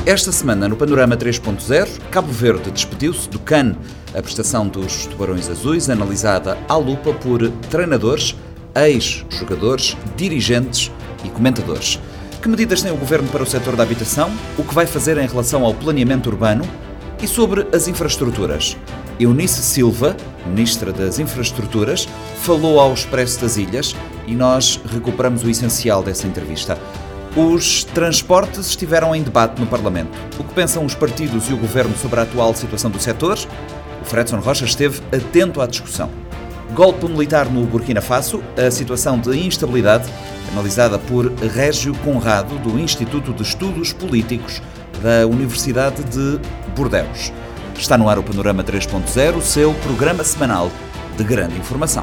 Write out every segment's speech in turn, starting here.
Esta semana, no Panorama 3.0, Cabo Verde despediu-se do CAN, a prestação dos Tubarões Azuis, analisada à lupa por treinadores, ex-jogadores, dirigentes e comentadores. Que medidas tem o Governo para o setor da habitação? O que vai fazer em relação ao planeamento urbano? E sobre as infraestruturas? Eunice Silva, Ministra das Infraestruturas, falou ao Expresso das Ilhas e nós recuperamos o essencial dessa entrevista. Os transportes estiveram em debate no Parlamento. O que pensam os partidos e o Governo sobre a atual situação do setor? O Fredson Rocha esteve atento à discussão. Golpe militar no Burkina Faso, a situação de instabilidade, analisada por Régio Conrado, do Instituto de Estudos Políticos da Universidade de Bordeaux. Está no ar o Panorama 3.0, o seu programa semanal de grande informação.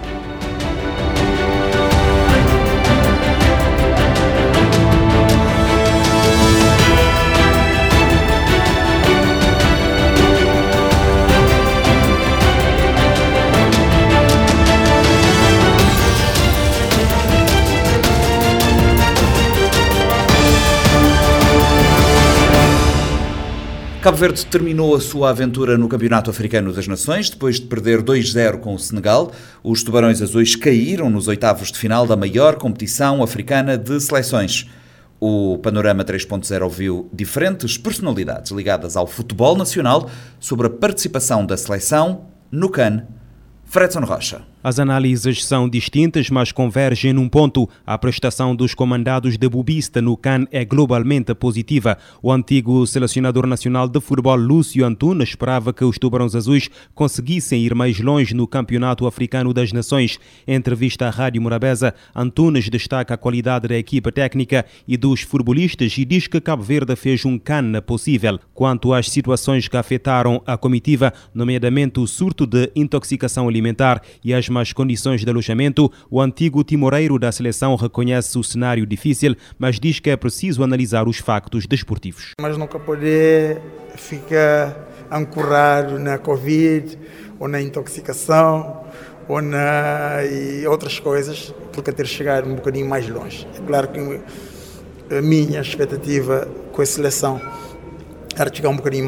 Cabo Verde terminou a sua aventura no Campeonato Africano das Nações. Depois de perder 2-0 com o Senegal, os Tubarões Azuis caíram nos oitavos de final da maior competição africana de seleções. O Panorama 3.0 ouviu diferentes personalidades ligadas ao futebol nacional sobre a participação da seleção no CAN. Fredson Rocha. As análises são distintas, mas convergem num ponto. A prestação dos comandados de Bubista no CAN é globalmente positiva. O antigo selecionador nacional de futebol, Lúcio Antunes, esperava que os Tubarões Azuis conseguissem ir mais longe no Campeonato Africano das Nações. Em entrevista à Rádio Morabeza, Antunes destaca a qualidade da equipa técnica e dos futebolistas e diz que Cabo Verde fez um CAN possível. Quanto às situações que afetaram a comitiva, nomeadamente o surto de intoxicação alimentar e as más condições de alojamento, o antigo timoreiro da seleção reconhece o cenário difícil, mas diz que é preciso analisar os factos desportivos. Mas nunca poder ficar ancorado na Covid ou na intoxicação ou e outras coisas, porque ter chegado um bocadinho mais longe. É claro que a minha expectativa com a seleção era chegar um bocadinho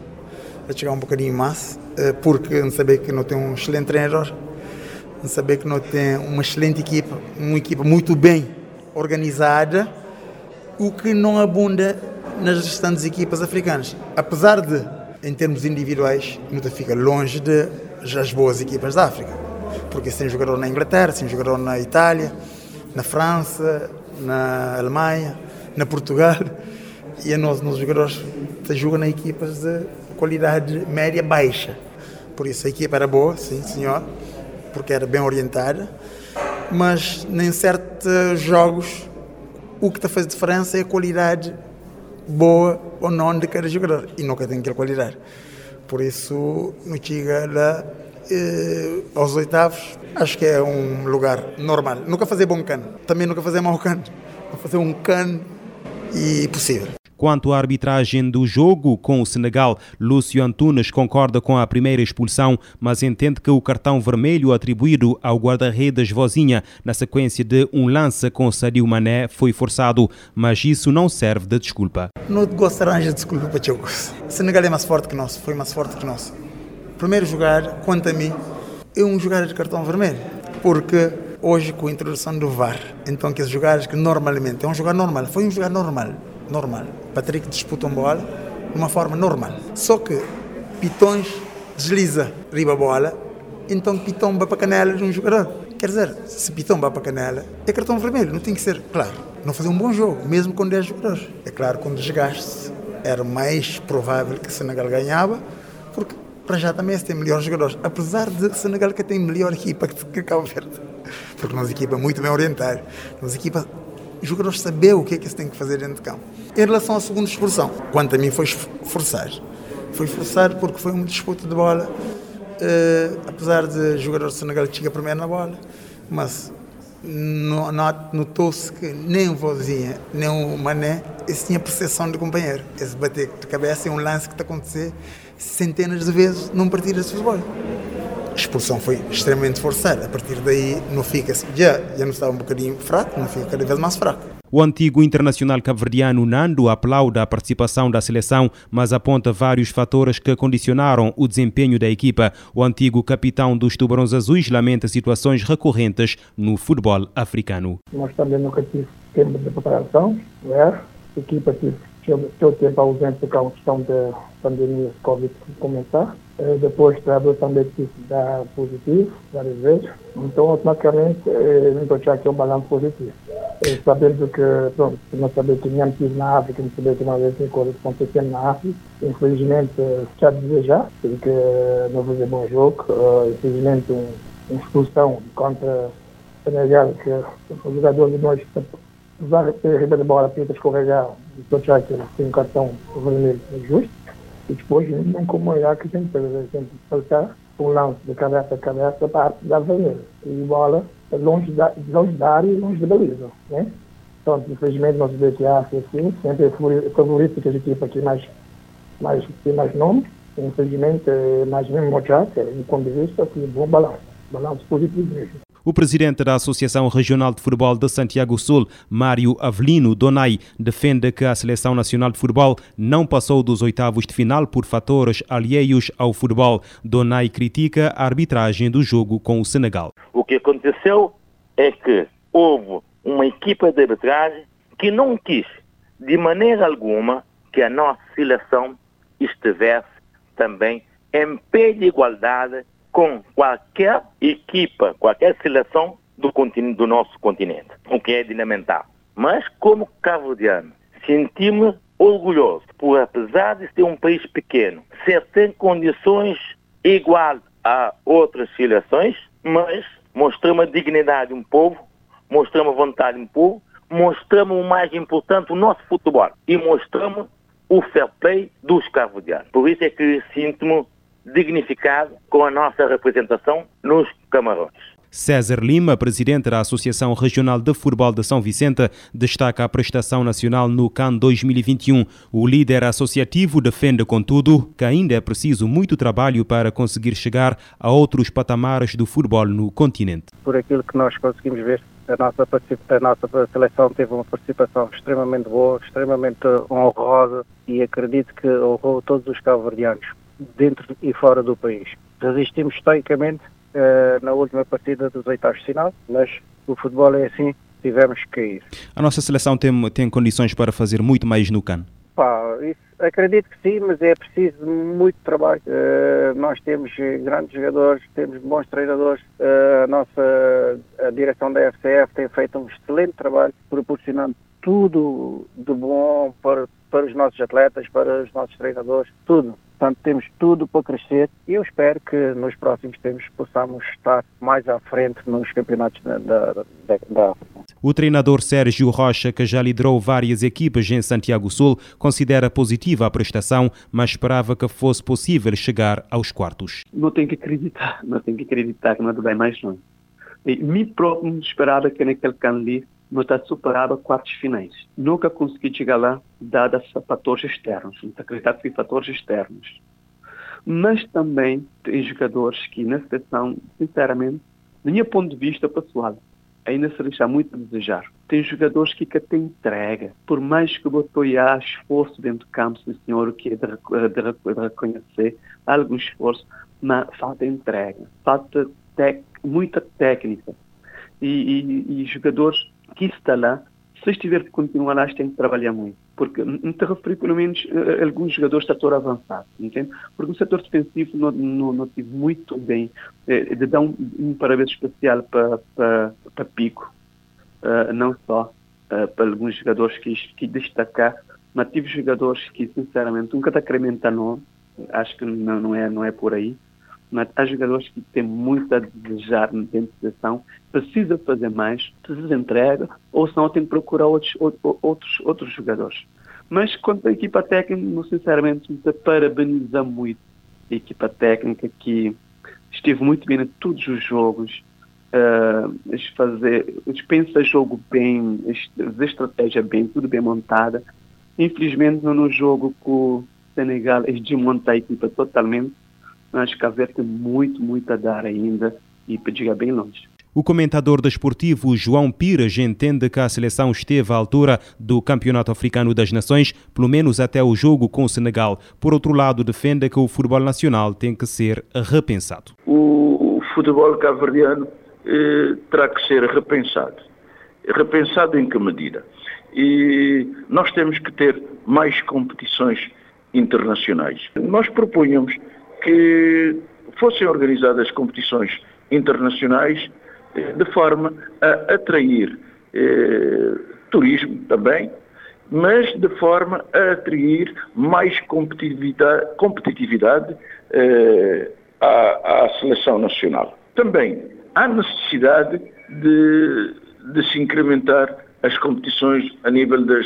mais, porque não saber que não tem um excelente treinador, não saber que não tem uma excelente equipa, uma equipa muito bem organizada, o que não abunda nas restantes equipas africanas. Apesar de, em termos individuais, não fica longe das boas equipas da África, porque tem jogador na Inglaterra, tem jogador na Itália, na França, na Alemanha, na Portugal, e nós jogadores jogam em equipas de qualidade média-baixa. Por isso a equipa era boa, sim senhor, porque era bem orientada, mas em certos jogos o que está a fazer diferença é a qualidade boa ou não de cada jogador, e nunca tem aquela qualidade. Por isso, não chega lá aos oitavos, acho que é um lugar normal. Nunca fazer bom CAN, também nunca fazer mau CAN, vou fazer um CAN e possível. Quanto à arbitragem do jogo com o Senegal, Lúcio Antunes concorda com a primeira expulsão, mas entende que o cartão vermelho atribuído ao guarda-redes Vozinha na sequência de um lance com Sadio Mané foi forçado, mas isso não serve de desculpa. Não gosto de arranjar desculpa para o Senegal é mais forte que nós, foi mais forte que nós. Primeiro jogar, quanto a mim, é um jogar de cartão vermelho, porque hoje com a introdução do VAR, então que esses jogadores que normalmente é um jogar normal, foi um jogar normal. Patrick disputa uma bola de uma forma normal. Só que Pitões desliza riba a bola, então Pitão vai para a canela de um jogador. Quer dizer, se Pitão vai para a canela, é cartão vermelho, não tem que ser, claro, não fazer um bom jogo, mesmo com 10 jogadores. É claro, com desgaste, era mais provável que o Senegal ganhava, porque para já também se tem melhores jogadores, apesar de Senegal que tem melhor equipa que Cabo Verde, porque nossa equipa é muito bem orientada, nossa equipa os jogadores saber o que é que se tem que fazer dentro de campo. Em relação à segunda expulsão, quanto a mim foi forçar porque foi uma disputa de bola, apesar de jogador do Senegal chegar primeiro na bola, mas notou-se que nem o Vozinha, nem o Mané, esse tinha percepção de companheiro. Esse bater de cabeça é um lance que está a acontecer centenas de vezes num partido de futebol. A expulsão foi extremamente forçada. A partir daí não fica, já não estava um bocadinho fraco, não fica cada vez mais fraco. O antigo internacional cabo-verdiano Nando aplaude a participação da seleção, mas aponta vários fatores que condicionaram o desempenho da equipa. O antigo capitão dos Tubarões Azuis lamenta situações recorrentes no futebol africano. Nós também nunca tivemos tempo de preparação, a equipa teve tempo ausente por causa da questão da pandemia de Covid começar. Depois o treinador também tive dar positivo várias vezes, então automaticamente não estou achando que é um balanço positivo. Sabendo que, pronto, nós sabemos que tínhamos tido na África, não sabemos que uma vez tem coisas acontecendo na África, infelizmente já a desejar, porque não fazer bom jogo, infelizmente uma expulsão contra o Senegal, que o jogador de nós usar a riba de bola, pinta escorregar, estou achando que tem um cartão vermelho justo. E depois, não como é que tem que saltar um lance de cabeça a cabeça para dar vermelho. E bola longe da área e longe da baliza. Né? Então, infelizmente, nós vemos que há assim, sempre é favorito que a equipa aqui tem mais nome. Infelizmente, mais mesmo mostrado, do ponto de vista, que bom balanço positivo mesmo. O presidente da Associação Regional de Futebol de Santiago Sul, Mário Avelino Donai, defende que a Seleção Nacional de Futebol não passou dos oitavos de final por fatores alheios ao futebol. Donai critica a arbitragem do jogo com o Senegal. O que aconteceu é que houve uma equipa de arbitragem que não quis, de maneira alguma, que a nossa seleção estivesse também em pé de igualdade com qualquer equipa, qualquer seleção do nosso continente, o que é lamentável. Mas como cabo-verdiano, senti-me orgulhoso por, apesar de ser um país pequeno, ser ter condições iguais a outras seleções, mas mostramos a dignidade de um povo, mostramos a vontade de um povo, mostramos o mais importante, o nosso futebol, e mostramos o fair play dos cabo-verdianos. Por isso é que sinto-me dignificado com a nossa representação nos Camarões. César Lima, presidente da Associação Regional de Futebol de São Vicente, destaca a prestação nacional no CAN 2021. O líder associativo defende, contudo, que ainda é preciso muito trabalho para conseguir chegar a outros patamares do futebol no continente. Por aquilo que nós conseguimos ver, a nossa seleção teve uma participação extremamente boa, extremamente honrosa, e acredito que honrou todos os cabo-verdianos, dentro e fora do país. Resistimos estoicamente na última partida dos oitavos de final, mas o futebol é assim, tivemos que cair. A nossa seleção tem condições para fazer muito mais no CAN? Acredito que sim, mas é preciso muito trabalho. Nós temos grandes jogadores, temos bons treinadores. A direção da FCF tem feito um excelente trabalho, proporcionando tudo de bom para os nossos atletas, para os nossos treinadores, tudo. Portanto, temos tudo para crescer e eu espero que nos próximos tempos possamos estar mais à frente nos campeonatos da África. O treinador Sérgio Rocha, que já liderou várias equipas em Santiago Sul, considera positiva a prestação, mas esperava que fosse possível chegar aos quartos. Não tenho que acreditar que não vai mais longe. Me próprio esperava que naquele canto não está superado quartos finais. Nunca consegui chegar lá, dados fatores externos. Não acreditar que foi fatores externos. Mas também tem jogadores que, na seleção, sinceramente, do meu ponto de vista pessoal, ainda se deixa muito a desejar. Tem jogadores que têm entrega. Por mais que botou esforço dentro do campo, senhor, o que é de reconhecer, algum esforço, mas falta entrega. Falta muita técnica. E jogadores que está lá, se estiver de continuar lá, tem que trabalhar muito. Porque não te referi, pelo menos, alguns jogadores do setor avançado, entende? Porque no setor defensivo não tive muito bem. De dar um parabéns especial para Pico, não só para alguns jogadores que destacar, mas tive jogadores que, sinceramente, nunca está incrementando, acho que não é por aí. Mas há jogadores que têm muito a desejar dentro da seleção, precisa fazer mais, precisa entrega, ou senão tem que procurar outros jogadores. Mas quanto à equipa técnica, sinceramente, me parabeniza muito a equipa técnica que esteve muito bem em todos os jogos, pensa jogo bem, a estratégia bem, tudo bem montada. Infelizmente, no jogo com o Senegal, eles desmontaram a equipa totalmente. Acho que a Verde tem muito a dar ainda e para chegar bem longe. O comentador desportivo João Pires entende que a seleção esteve à altura do Campeonato Africano das Nações, pelo menos até o jogo com o Senegal. Por outro lado, defende que o futebol nacional tem que ser repensado. O futebol cabo-verdiano terá que ser repensado. Repensado em que medida? E nós temos que ter mais competições internacionais. Nós propunhamos que fossem organizadas competições internacionais de forma a atrair turismo também, mas de forma a atrair mais competitividade à seleção nacional. Também há necessidade de se incrementar as competições a nível das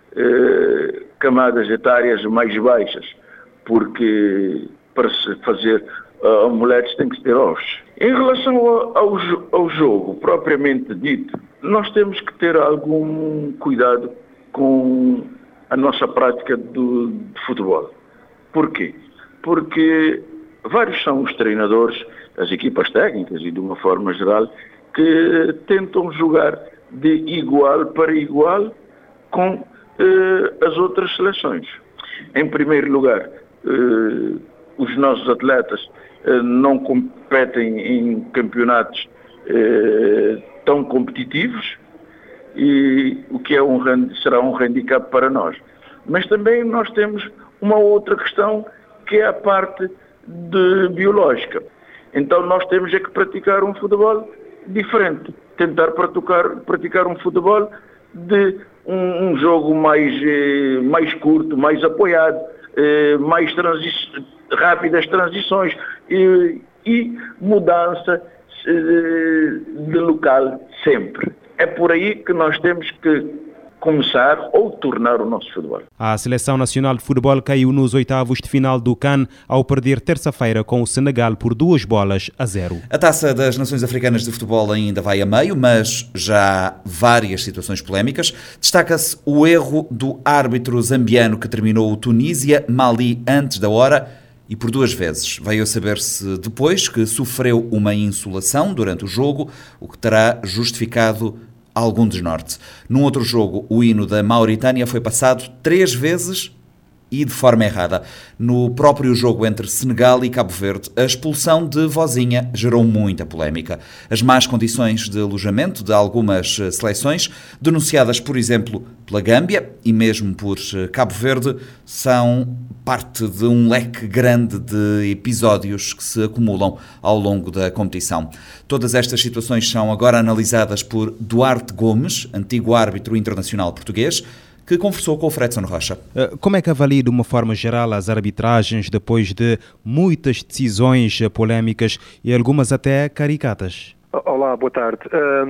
camadas etárias mais baixas, porque para se fazer mulheres tem que se ter ovos. Em relação ao jogo propriamente dito, nós temos que ter algum cuidado com a nossa prática de futebol. Porquê? Porque vários são os treinadores, as equipas técnicas e de uma forma geral, que tentam jogar de igual para igual com as outras seleções. Em primeiro lugar, os nossos atletas não competem em campeonatos tão competitivos, e o que será um handicap para nós. Mas também nós temos uma outra questão, que é a parte biológica. Então nós temos que praticar um futebol diferente, tentar praticar um futebol de um jogo mais curto, mais apoiado, mais rápidas transições e mudança de local sempre. É por aí que nós temos que começar ou tornar o nosso futebol. A Seleção Nacional de Futebol caiu nos oitavos de final do CAN ao perder terça-feira com o Senegal por 2-0. A Taça das Nações Africanas de Futebol ainda vai a meio, mas já há várias situações polémicas. Destaca-se o erro do árbitro zambiano que terminou o Tunísia-Mali antes da hora e por 2 vezes. Veio a saber-se depois que sofreu uma insolação durante o jogo, o que terá justificado algum desnorte. Num outro jogo, o hino da Mauritânia foi passado 3 vezes e de forma errada. No próprio jogo entre Senegal e Cabo Verde, a expulsão de Vozinha gerou muita polémica. As más condições de alojamento de algumas seleções, denunciadas, por exemplo, pela Gâmbia e mesmo por Cabo Verde, são parte de um leque grande de episódios que se acumulam ao longo da competição. Todas estas situações são agora analisadas por Duarte Gomes, antigo árbitro internacional português, que conversou com o Fredson Rocha. Como é que avalia de uma forma geral as arbitragens depois de muitas decisões polémicas e algumas até caricatas? Olá, boa tarde.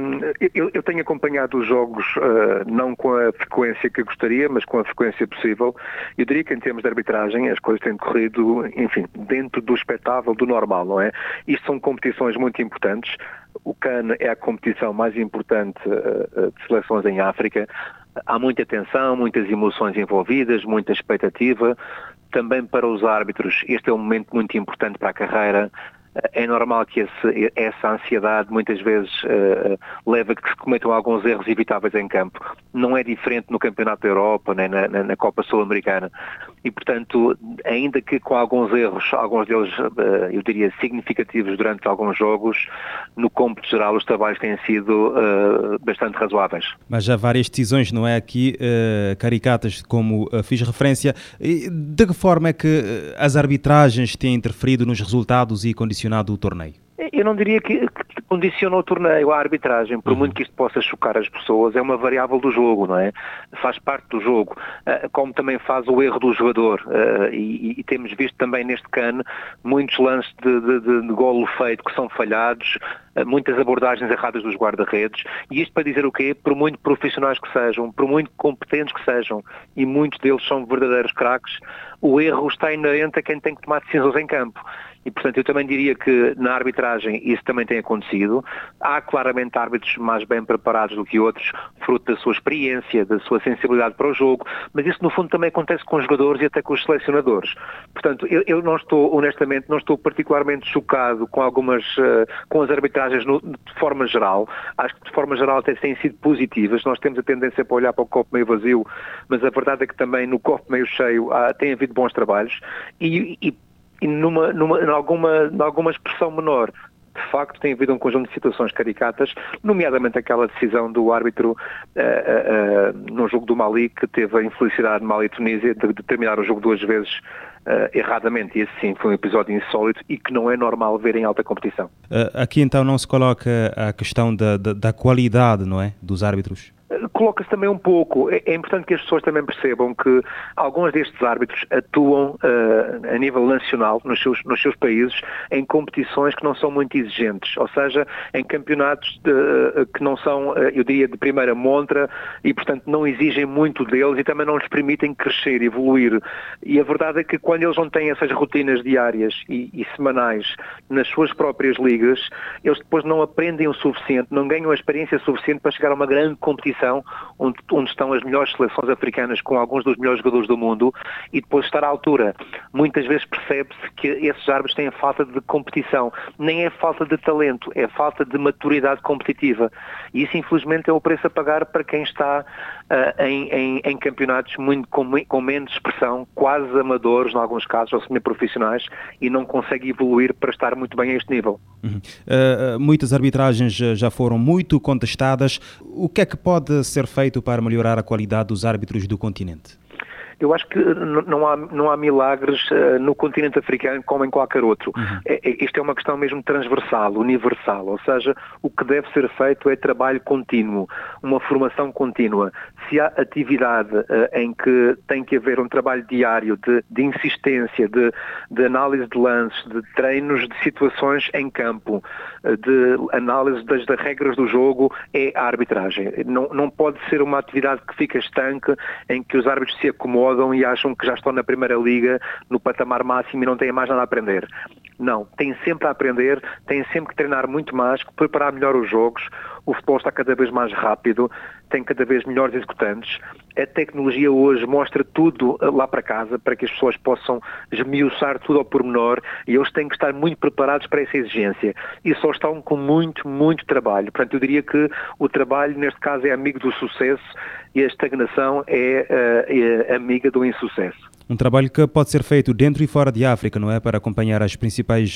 Eu tenho acompanhado os jogos não com a frequência que gostaria, mas com a frequência possível. Eu diria que em termos de arbitragem as coisas têm decorrido, enfim, dentro do expectável, do normal, não é? Isto são competições muito importantes. O CAN é a competição mais importante de seleções em África. Há muita tensão, muitas emoções envolvidas, muita expectativa. Também para os árbitros, este é um momento muito importante para a carreira. É normal que essa ansiedade muitas vezes leve a que se cometam alguns erros evitáveis em campo. Não é diferente no Campeonato da Europa, nem na Copa Sul-Americana. E, portanto, ainda que com alguns erros, alguns deles, eu diria, significativos durante alguns jogos, no cômputo geral os trabalhos têm sido bastante razoáveis. Mas há várias decisões, não é? Aqui, caricatas, como fiz referência. De que forma é que as arbitragens têm interferido nos resultados e condicionado o torneio? Eu não diria que condiciona o torneio, a arbitragem, por muito que isto possa chocar as pessoas, é uma variável do jogo, não é? Faz parte do jogo, como também faz o erro do jogador, e temos visto também neste CAN muitos lances de golo feito que são falhados, muitas abordagens erradas dos guarda-redes, e isto para dizer o quê? Por muito profissionais que sejam, por muito competentes que sejam, e muitos deles são verdadeiros craques, o erro está inerente a quem tem que tomar decisões em campo. E, portanto, eu também diria que na arbitragem isso também tem acontecido. Há claramente árbitros mais bem preparados do que outros, fruto da sua experiência, da sua sensibilidade para o jogo, mas isso no fundo também acontece com os jogadores e até com os selecionadores. Portanto, eu não estou, honestamente, não estou particularmente chocado com as arbitragens arbitragens de forma geral, acho que de forma geral até têm sido positivas. Nós temos a tendência para olhar para o copo meio vazio, mas a verdade é que também no copo meio cheio tem havido bons trabalhos e numa expressão menor, de facto tem havido um conjunto de situações caricatas, nomeadamente aquela decisão do árbitro no jogo do Mali, que teve a infelicidade de Mali e Tunísia de terminar o jogo 2 vezes erradamente, e esse sim foi um episódio insólito e que não é normal ver em alta competição. Aqui então não se coloca a questão da qualidade, não é, dos árbitros? Coloca-se também um pouco. É importante que as pessoas também percebam que alguns destes árbitros atuam a nível nacional, nos seus países, em competições que não são muito exigentes, ou seja, em campeonatos que não são, eu diria, de primeira montra e, portanto, não exigem muito deles e também não lhes permitem crescer, evoluir. E a verdade é que quando eles não têm essas rotinas diárias e semanais nas suas próprias ligas, eles depois não aprendem o suficiente, não ganham a experiência suficiente para chegar a uma grande competição onde estão as melhores seleções africanas com alguns dos melhores jogadores do mundo e depois estar à altura. Muitas vezes percebe-se que esses árbitros têm falta de competição. Nem é falta de talento, é falta de maturidade competitiva. E isso, infelizmente, é o preço a pagar para quem está em campeonatos com menos expressão, quase amadores, em alguns casos, ou semi-profissionais, e não consegue evoluir para estar muito bem a este nível. Muitas arbitragens já foram muito contestadas. O que é que pode ser feito para melhorar a qualidade dos árbitros do continente? Eu acho que não há milagres no continente africano como em qualquer outro. Isto é uma questão mesmo transversal, universal, ou seja, o que deve ser feito é trabalho contínuo, uma formação contínua. Se há atividade em que tem que haver um trabalho diário de insistência, de análise de lances, de treinos de situações em campo, de análise das regras do jogo, é a arbitragem. Não pode ser uma atividade que fica estanque, em que os árbitros se acomodam e acham que já estão na Primeira Liga, no patamar máximo e não têm mais nada a aprender. Não, têm sempre a aprender, têm sempre que treinar muito mais, preparar melhor os jogos. O futebol está cada vez mais rápido, tem cada vez melhores executantes. A tecnologia hoje mostra tudo lá para casa, para que as pessoas possam esmiuçar tudo ao pormenor, e eles têm que estar muito preparados para essa exigência. E só estão com muito, muito trabalho. Portanto, eu diria que o trabalho, neste caso, é amigo do sucesso e a estagnação é amiga do insucesso. Um trabalho que pode ser feito dentro e fora de África, não é? Para acompanhar as principais,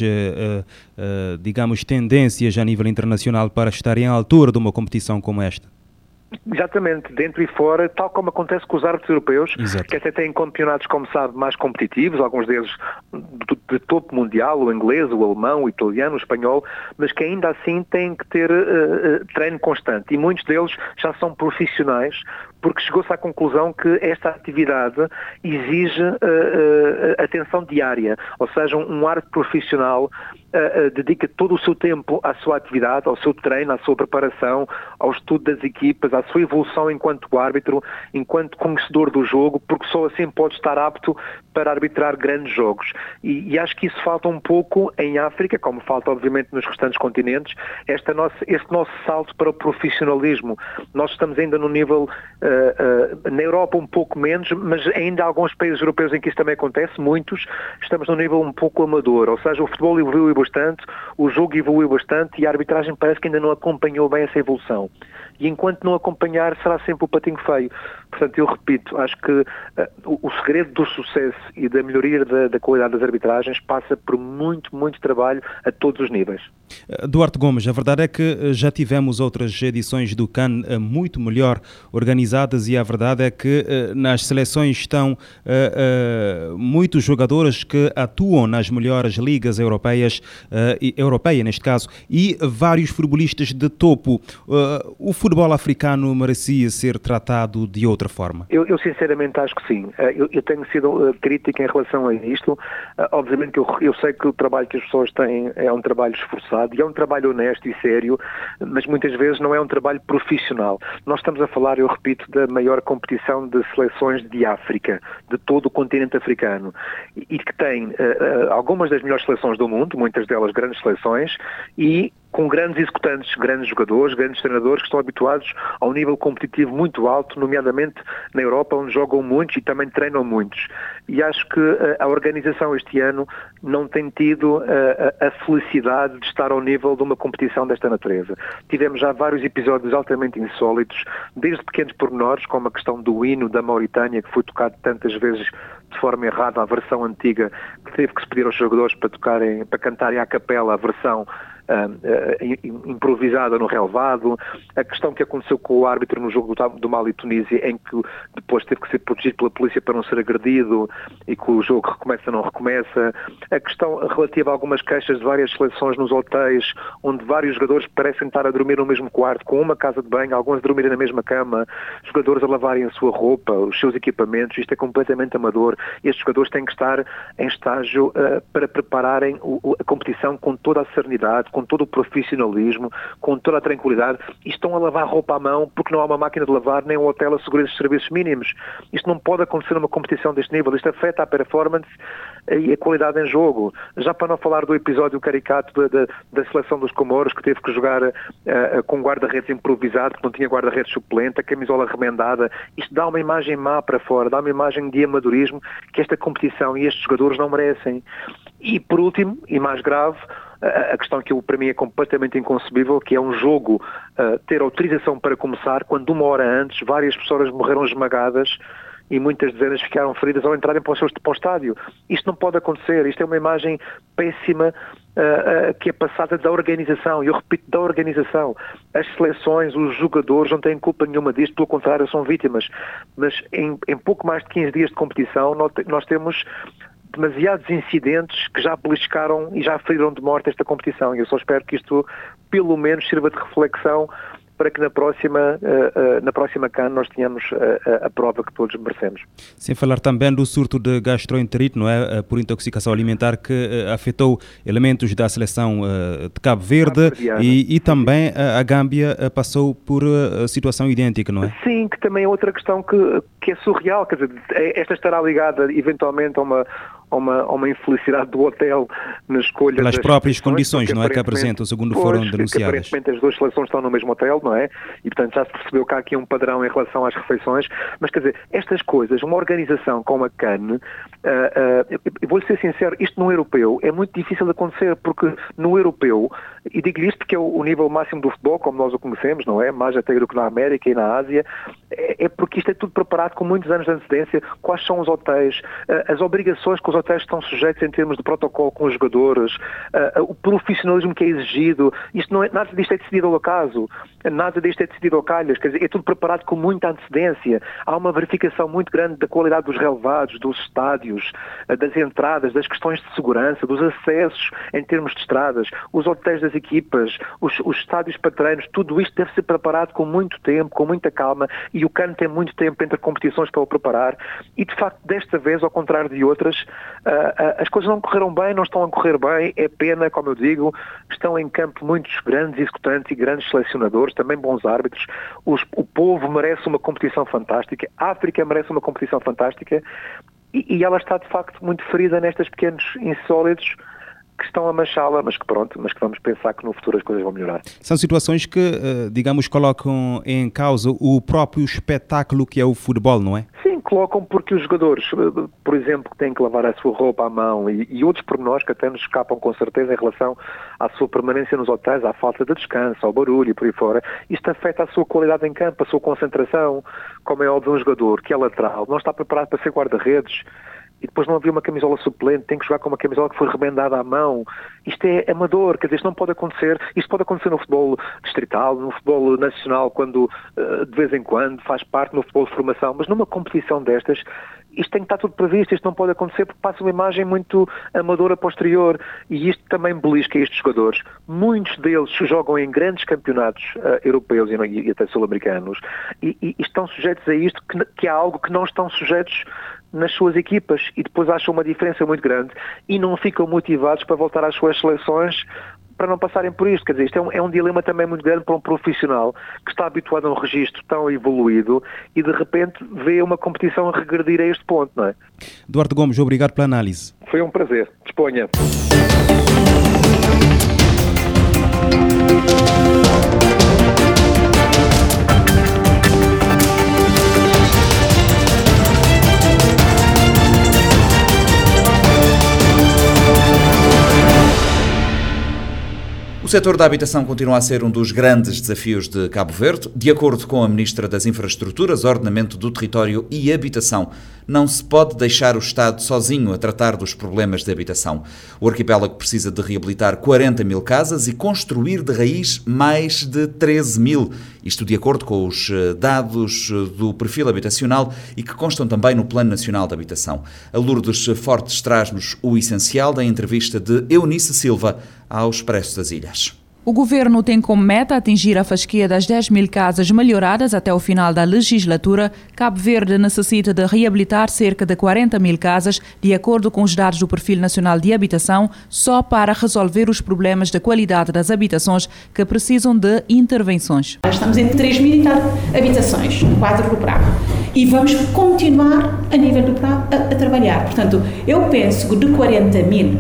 digamos, tendências a nível internacional para estarem à altura de uma competição como esta. Exatamente, dentro e fora, tal como acontece com os árbitros europeus. Exato. Que até têm campeonatos, como sabe, mais competitivos, alguns deles de topo mundial, o inglês, o alemão, o italiano, o espanhol, mas que ainda assim têm que ter treino constante. E muitos deles já são profissionais, porque chegou-se à conclusão que esta atividade exige atenção diária, ou seja, um árbitro profissional dedica todo o seu tempo à sua atividade, ao seu treino, à sua preparação, ao estudo das equipas, à sua evolução enquanto árbitro, enquanto conhecedor do jogo, porque só assim pode estar apto para arbitrar grandes jogos. E acho que isso falta um pouco em África, como falta obviamente nos restantes continentes, este nosso salto para o profissionalismo. Nós estamos ainda no nível, na Europa um pouco menos, mas ainda há alguns países europeus em que isso também acontece, muitos, estamos no nível um pouco amador, ou seja, o futebol evoluiu bastante, o jogo evoluiu bastante e a arbitragem parece que ainda não acompanhou bem essa evolução. E enquanto não acompanhar, será sempre o patinho feio. Portanto, eu repito, acho que o segredo do sucesso e da melhoria da qualidade das arbitragens passa por muito, muito trabalho a todos os níveis. Duarte Gomes, a verdade é que já tivemos outras edições do CAN muito melhor organizadas e a verdade é que nas seleções estão muitos jogadores que atuam nas melhores ligas europeias, europeia neste caso, e vários futebolistas de topo. O futebol africano merecia ser tratado de outra forma? Eu sinceramente acho que sim. Eu tenho sido crítico em relação a isto. Obviamente que eu sei que o trabalho que as pessoas têm é um trabalho esforçado e é um trabalho honesto e sério, mas muitas vezes não é um trabalho profissional. Nós estamos a falar, eu repito, da maior competição de seleções de África, de todo o continente africano, e que tem algumas das melhores seleções do mundo, muitas delas grandes seleções, e com grandes executantes, grandes jogadores, grandes treinadores que estão habituados a um nível competitivo muito alto, nomeadamente na Europa, onde jogam muitos e também treinam muitos. E acho que a organização este ano não tem tido a felicidade de estar ao nível de uma competição desta natureza. Tivemos já vários episódios altamente insólitos, desde pequenos pormenores, como a questão do hino da Mauritânia, que foi tocado tantas vezes de forma errada, a versão antiga, que teve que se pedir aos jogadores para cantarem à capela a versão improvisada no relevado, a questão que aconteceu com o árbitro no jogo do Mali e Tunísia, em que depois teve que ser protegido pela polícia para não ser agredido e que o jogo recomeça ou não recomeça, a questão relativa a algumas queixas de várias seleções nos hotéis, onde vários jogadores parecem estar a dormir no mesmo quarto, com uma casa de banho, alguns a dormirem na mesma cama, jogadores a lavarem a sua roupa, os seus equipamentos. Isto é completamente amador. Estes jogadores têm que estar em estágio para prepararem a competição com toda a serenidade, com todo o profissionalismo, com toda a tranquilidade, e estão a lavar roupa à mão porque não há uma máquina de lavar, nem um hotel assegura esses serviços mínimos. Isto não pode acontecer numa competição deste nível. Isto afeta a performance e a qualidade em jogo. Já para não falar do episódio caricato da seleção dos Comoros, que teve que jogar com guarda-redes improvisado, que não tinha guarda-redes suplente, a camisola remendada. Isto dá uma imagem má para fora, dá uma imagem de amadorismo que esta competição e estes jogadores não merecem. E por último, e mais grave, a questão que para mim é completamente inconcebível, que é um jogo ter autorização para começar, quando uma hora antes várias pessoas morreram esmagadas e muitas dezenas ficaram feridas ao entrarem para o estádio. Isto não pode acontecer. Isto é uma imagem péssima que é passada da organização. E eu repito, da organização. As seleções, os jogadores não têm culpa nenhuma disto, pelo contrário, são vítimas. Mas em pouco mais de 15 dias de competição nós temos demasiados incidentes que já beliscaram e já feriram de morte esta competição. E eu só espero que isto pelo menos sirva de reflexão para que na próxima CAN nós tenhamos a prova que todos merecemos. Sem falar também do surto de gastroenterite, não é? Por intoxicação alimentar, que afetou elementos da seleção de Cabo Verde e também a Gâmbia passou por situação idêntica, não é? Sim, que também é outra questão que é surreal. Quer dizer, esta estará ligada eventualmente a uma infelicidade do hotel na escolha pelas próprias condições, não é, que apresentam, segundo foram denunciadas. Aparentemente as duas seleções estão no mesmo hotel, não é? E portanto já se percebeu que há aqui um padrão em relação às refeições, mas quer dizer, estas coisas, uma organização como a CAN, vou-lhe ser sincero, isto no europeu é muito difícil de acontecer, porque no europeu, e digo-lhe isto porque é o nível máximo do futebol, como nós o conhecemos, não é? Mais até do que na América e na Ásia, é porque isto é tudo preparado com muitos anos de antecedência. Quais são os hotéis, as obrigações que os hotéis estão sujeitos em termos de protocolo com os jogadores, o profissionalismo que é exigido. Isto não é, nada disto é decidido ao acaso, nada disto é decidido ao calhas, quer dizer, é tudo preparado com muita antecedência. Há uma verificação muito grande da qualidade dos relevados, dos estádios, das entradas, das questões de segurança, dos acessos em termos de estradas, os hotéis das equipas, os estádios para treinos. Tudo isto deve ser preparado com muito tempo, com muita calma, e o CAN tem muito tempo entre competições para o preparar. E de facto, desta vez, ao contrário de outras, as coisas não correram bem, não estão a correr bem. É pena, como eu digo, estão em campo muitos grandes executantes e grandes selecionadores, também bons árbitros. O povo merece uma competição fantástica, a África merece uma competição fantástica, e ela está de facto muito ferida nestes pequenos insólitos que estão a manchá-la, mas que vamos pensar que no futuro as coisas vão melhorar. São situações que, digamos, colocam em causa o próprio espetáculo que é o futebol, não é? Sim, colocam, porque os jogadores, por exemplo, têm que lavar a sua roupa à mão e outros pormenores que até nos escapam com certeza em relação à sua permanência nos hotéis, à falta de descanso, ao barulho e por aí fora. Isto afeta a sua qualidade em campo, a sua concentração. Como é óbvio, um jogador que é lateral não está preparado para ser guarda-redes, e depois não havia uma camisola suplente, tem que jogar com uma camisola que foi remendada à mão. Isto é amador, quer dizer, isto não pode acontecer. Isto pode acontecer no futebol distrital, no futebol nacional, quando de vez em quando faz parte, no futebol de formação, mas numa competição destas, isto tem que estar tudo previsto. Isto não pode acontecer porque passa uma imagem muito amadora posterior, e isto também belisca estes jogadores. Muitos deles jogam em grandes campeonatos europeus e até sul-americanos, e estão sujeitos a isto, que é algo que não estão sujeitos nas suas equipas, e depois acham uma diferença muito grande e não ficam motivados para voltar às suas seleções para não passarem por isto. Quer dizer, isto é um dilema também muito grande para um profissional que está habituado a um registro tão evoluído e de repente vê uma competição a regredir a este ponto, não é? Eduardo Gomes, obrigado pela análise. Foi um prazer. Disponha. O setor da habitação continua a ser um dos grandes desafios de Cabo Verde. De acordo com a Ministra das Infraestruturas, Ordenamento do Território e Habitação, não se pode deixar o Estado sozinho a tratar dos problemas de habitação. O arquipélago precisa de reabilitar 40 mil casas e construir de raiz mais de 13 mil. Isto de acordo com os dados do perfil habitacional e que constam também no Plano Nacional de Habitação. A Lourdes Fortes traz-nos o essencial da entrevista de Eunice Silva ao Expresso das Ilhas. O Governo tem como meta atingir a fasquia das 10 mil casas melhoradas até o final da legislatura. Cabo Verde necessita de reabilitar cerca de 40 mil casas, de acordo com os dados do Perfil Nacional de Habitação, só para resolver os problemas de qualidade das habitações que precisam de intervenções. Estamos em 3 mil e tal habitações no quadro do PRA e vamos continuar a nível do PRA a trabalhar. Portanto, eu penso que de 40 mil...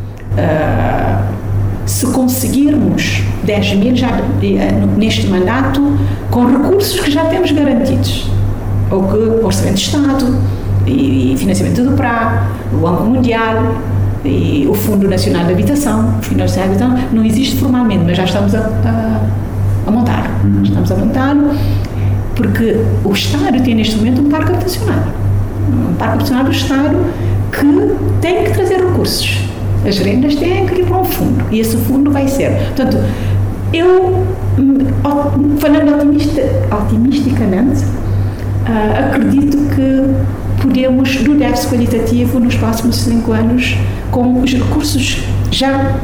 se conseguirmos 10 mil já neste mandato, com recursos que já temos garantidos, ou que o Orçamento de Estado e financiamento do PRA, o Banco Mundial e o Fundo Nacional de Habitação, o Fundo Nacional de Habitação não existe formalmente, mas já estamos a montar. Estamos a montá-lo porque o Estado tem neste momento um parque habitacional. Um parque habitacional do Estado que tem que trazer recursos. As rendas têm que ir para um fundo e esse fundo vai ser. Portanto, eu, falando otimisticamente, acredito que podemos, do déficit qualitativo, nos próximos 5 anos, com os recursos já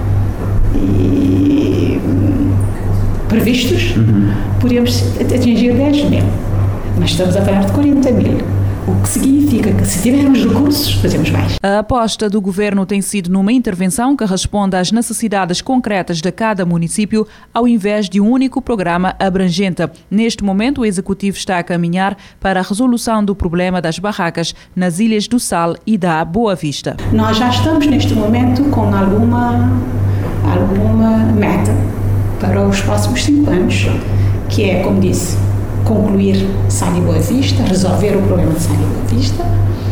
previstos, podemos atingir 10 mil. Mas estamos a falar de 40 mil. O que significa que, se tivermos recursos, fazemos mais. A aposta do Governo tem sido numa intervenção que responda às necessidades concretas de cada município, ao invés de um único programa abrangente. Neste momento, o Executivo está a caminhar para a resolução do problema das barracas nas Ilhas do Sal e da Boa Vista. Nós já estamos, neste momento, com alguma meta para os próximos 5 anos, que é, como disse, concluir Sal e Boa Vista, resolver o problema de Sal e Boa Vista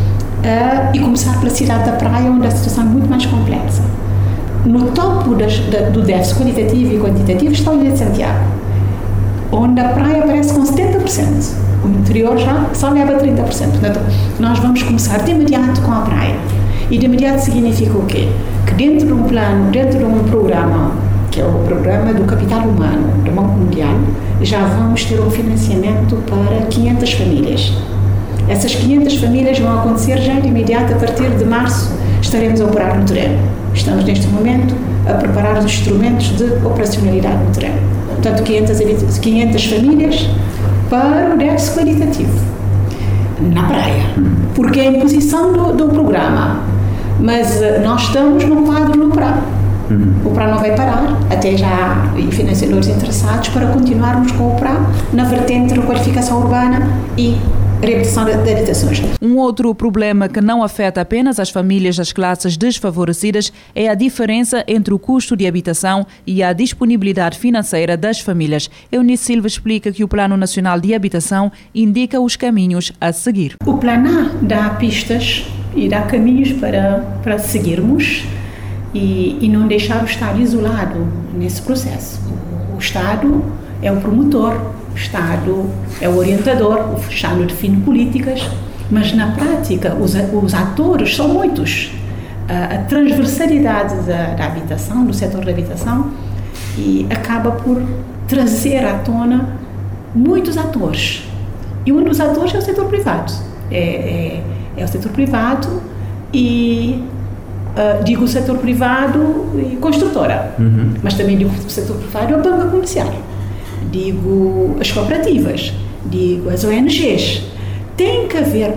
e começar pela cidade da Praia, onde a situação é muito mais complexa. No topo do déficit qualitativo e quantitativo está a Ilha de Santiago, onde a praia aparece com 70%. O interior já só leva 30%. Portanto, nós vamos começar de imediato com a praia. E de imediato significa o quê? Que dentro de um plano, dentro de um programa, que é o programa do capital humano do Banco Mundial, já vamos ter um financiamento para 500 famílias. Essas 500 famílias vão acontecer já de imediato, a partir de março estaremos a operar no terreno. Estamos neste momento a preparar os instrumentos de operacionalidade no terreno. Portanto, 500 famílias para o déficit qualitativo na praia, porque é a imposição do programa, mas nós estamos no quadro do PRA. O PRA não vai parar, até já há financiadores interessados para continuarmos com o PRA na vertente de qualificação urbana e reabilitação de habitações. Um outro problema que não afeta apenas as famílias das classes desfavorecidas é a diferença entre o custo de habitação e a disponibilidade financeira das famílias. Eunice Silva explica que o Plano Nacional de Habitação indica os caminhos a seguir. O Plano A dá pistas e dá caminhos para seguirmos e não deixar o Estado isolado nesse processo. O Estado é o promotor, o Estado é o orientador, o Estado define políticas, mas na prática os atores são muitos. A transversalidade da habitação, do setor da habitação, e acaba por trazer à tona muitos atores. E um dos atores é o setor privado. É o setor privado e... digo o setor privado e construtora, mas também digo o setor privado e a banca comercial, digo as cooperativas, digo as ONGs. Tem que haver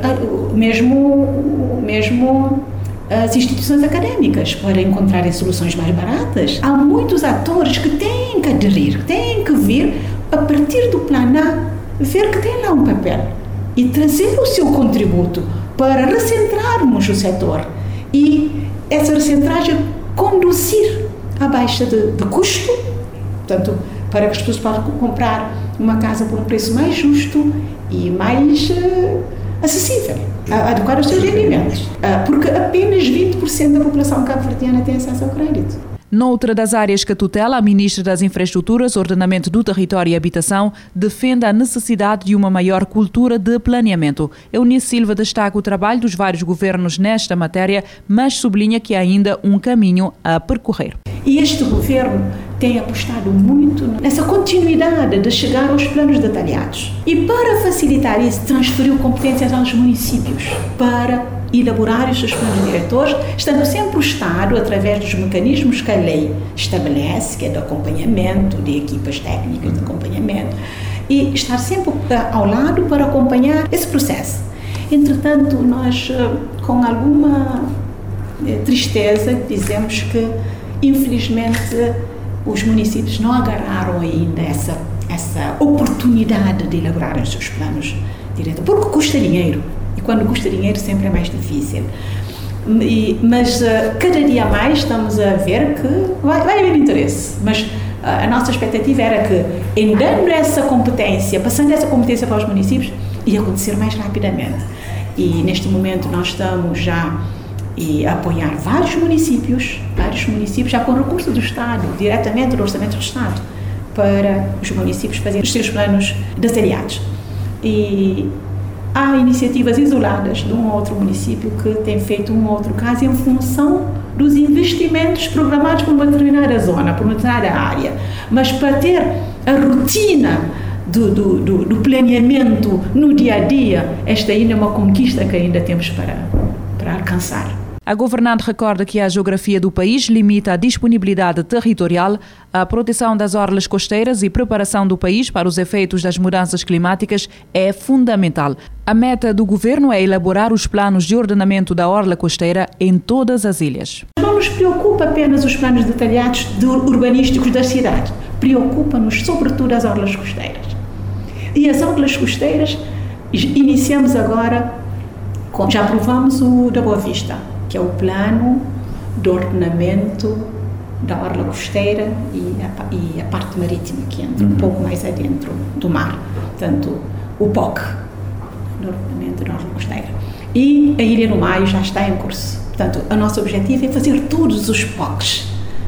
mesmo as instituições académicas para encontrarem soluções mais baratas. Há muitos atores que têm que aderir, têm que vir a partir do plano A, ver que tem lá um papel e trazer o seu contributo para recentrarmos o setor e essa recentragem conduzir à baixa de custo, Portanto, para que as pessoas possam comprar uma casa por um preço mais justo e mais acessível, adequar aos seus rendimentos. Porque apenas 20% da população cabo-verdiana tem acesso ao crédito. Noutra das áreas que tutela, a Ministra das Infraestruturas, Ordenamento do Território e Habitação defende a necessidade de uma maior cultura de planeamento. Eunice Silva destaca o trabalho dos vários governos nesta matéria, mas sublinha que há ainda um caminho a percorrer. E este governo tem apostado muito nessa continuidade de chegar aos planos detalhados. E para facilitar isso, transferiu competências aos municípios para elaborar os seus planos diretores, estando sempre o Estado, através dos mecanismos que a lei estabelece, que é de acompanhamento, de equipas técnicas de acompanhamento, e estar sempre ao lado para acompanhar esse processo. Entretanto, nós, com alguma tristeza, dizemos que, infelizmente, os municípios não agarraram ainda essa oportunidade de elaborar os seus planos diretores, porque custa dinheiro. E quando custa dinheiro sempre é mais difícil. Mas cada dia mais estamos a ver que vai haver interesse. Mas a nossa expectativa era que, em dando essa competência, passando essa competência para os municípios, ia acontecer mais rapidamente. E neste momento nós estamos já a apoiar vários municípios já com recurso do Estado, diretamente do Orçamento do Estado, para os municípios fazerem os seus planos detalhados. E há iniciativas isoladas de um ou outro município que tem feito um ou outro caso em função dos investimentos programados por uma determinada zona, por uma determinada área. Mas para ter a rotina do planeamento no dia a dia, esta ainda é uma conquista que ainda temos para alcançar. A governante recorda que a geografia do país limita a disponibilidade territorial, a proteção das orlas costeiras e preparação do país para os efeitos das mudanças climáticas é fundamental. A meta do governo é elaborar os planos de ordenamento da orla costeira em todas as ilhas. Não nos preocupa apenas os planos detalhados urbanísticos das cidades, preocupa-nos sobretudo as orlas costeiras. E as orlas costeiras, iniciamos agora, já aprovamos o da Boa Vista, que é o plano de ordenamento da orla costeira e a parte marítima que entra um pouco mais adentro do mar. Portanto, o POC, do ordenamento da orla costeira. E a Ilha do Maio já está em curso. Portanto, o nosso objetivo é fazer todos os POCs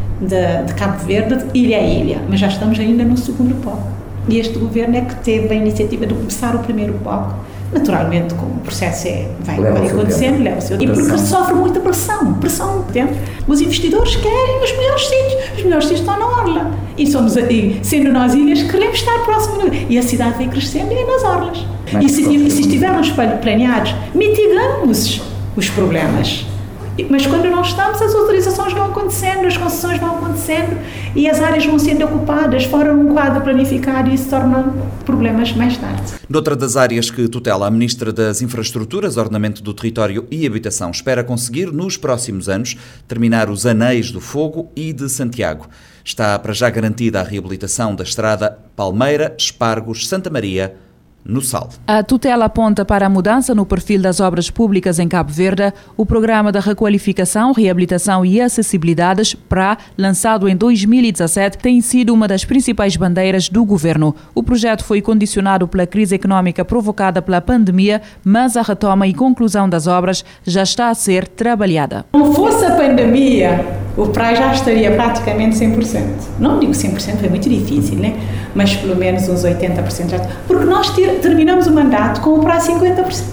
de Cabo Verde, ilha a ilha, mas já estamos ainda no segundo POC. E este governo é que teve a iniciativa de começar o primeiro POC. Naturalmente, como o processo vai acontecendo, leva o seu tempo. E porque sofre muita pressão tempo. Os investidores querem os melhores sítios estão na orla. E sendo nós ilhas, queremos estar próximo. E a cidade vai crescendo e é nas orlas. E se estivermos planeados, mitigamos os problemas. Mas quando não estamos, as autorizações vão acontecendo, as concessões vão acontecendo e as áreas vão sendo ocupadas fora de um quadro planificado e isso torna problemas mais tarde. Noutra das áreas que tutela a Ministra das Infraestruturas, Ordenamento do Território e Habitação, espera conseguir, nos próximos anos, terminar os Anéis do Fogo e de Santiago. Está para já garantida a reabilitação da estrada Palmeira, Espargos, Santa Maria, no Sal. A tutela aponta para a mudança no perfil das obras públicas em Cabo Verde. O Programa de Requalificação, Reabilitação e Acessibilidades, PRA, lançado em 2017, tem sido uma das principais bandeiras do governo. O projeto foi condicionado pela crise económica provocada pela pandemia, mas a retoma e conclusão das obras já está a ser trabalhada. Se não fosse a pandemia, o PRA já estaria praticamente 100%. Não digo 100%, é muito difícil, né? Mas pelo menos uns 80% já. Porque nós terminamos o mandato com o PRA 50%.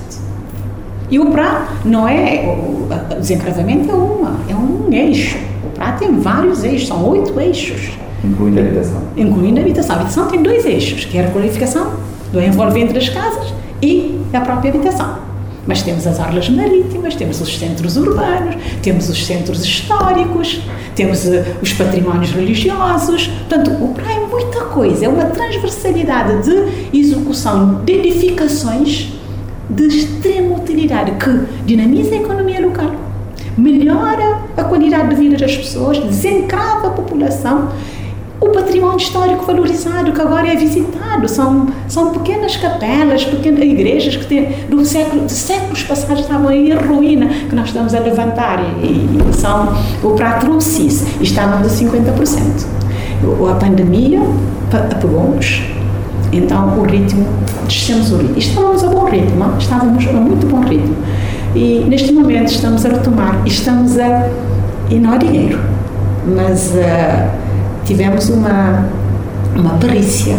E o PRA não é... O desencravamento é um eixo. O PRA tem vários eixos, são 8 eixos. Incluindo a habitação. Incluindo a habitação. A habitação tem 2 eixos, que é a requalificação do envolvente das casas e a própria habitação. Mas temos as orlas marítimas, temos os centros urbanos, temos os centros históricos, temos os patrimónios religiosos. Portanto, o PRA é muita coisa, é uma transversalidade de execução de edificações de extrema utilidade que dinamiza a economia local, melhora a qualidade de vida das pessoas, desencrava a população. O património histórico valorizado, que agora é visitado, são pequenas capelas, pequenas igrejas que de séculos passados estavam aí em ruína, que nós estamos a levantar, o PRA trouxe isso, e estavam de 50%. A pandemia apagou-nos, então o ritmo, descemos o ritmo. Estávamos a bom ritmo, estávamos a muito bom ritmo. E neste momento estamos a retomar, e não há dinheiro, mas tivemos uma perícia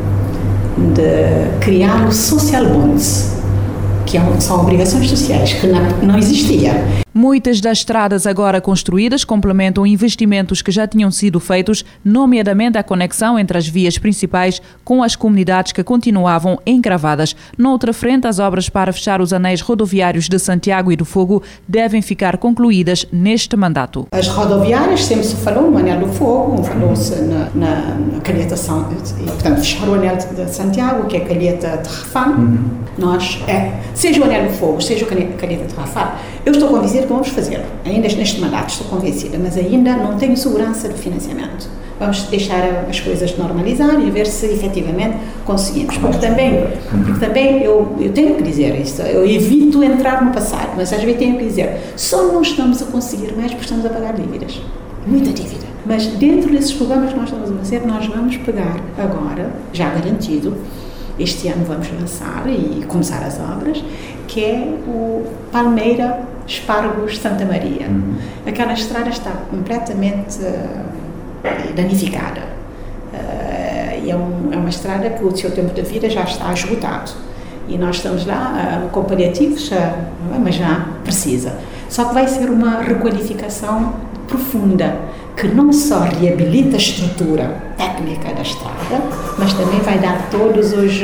de criar o social bonds, que são obrigações sociais que não existia. Muitas das estradas agora construídas complementam investimentos que já tinham sido feitos, nomeadamente a conexão entre as vias principais com as comunidades que continuavam encravadas. Noutra frente, as obras para fechar os anéis rodoviários de Santiago e do Fogo devem ficar concluídas neste mandato. As rodoviárias, sempre se falou no Anel do Fogo, falou-se na calheta, portanto, fechar o Anel de Santiago, que é a calheta de Rafan. Seja o Anel do Fogo, seja a calheta de Rafan, eu estou convencida que vamos fazer, ainda neste mandato estou convencida, mas ainda não tenho segurança de financiamento. Vamos deixar as coisas normalizar e ver se efetivamente conseguimos. Porque também eu tenho que dizer isso, eu evito entrar no passado, mas às vezes tenho que dizer, só não estamos a conseguir mais porque estamos a pagar dívidas. Muita dívida. Mas dentro desses programas que nós estamos a fazer, nós vamos pegar agora, já garantido, este ano vamos lançar e começar as obras, que é o Palmeira Espargos Santa Maria. Aquela estrada está completamente danificada. E é uma estrada que o seu tempo de vida já está esgotado. E nós estamos lá com paliativos, mas já precisa. Só que vai ser uma requalificação profunda, que não só reabilita a estrutura técnica da estrada, mas também vai dar todos os,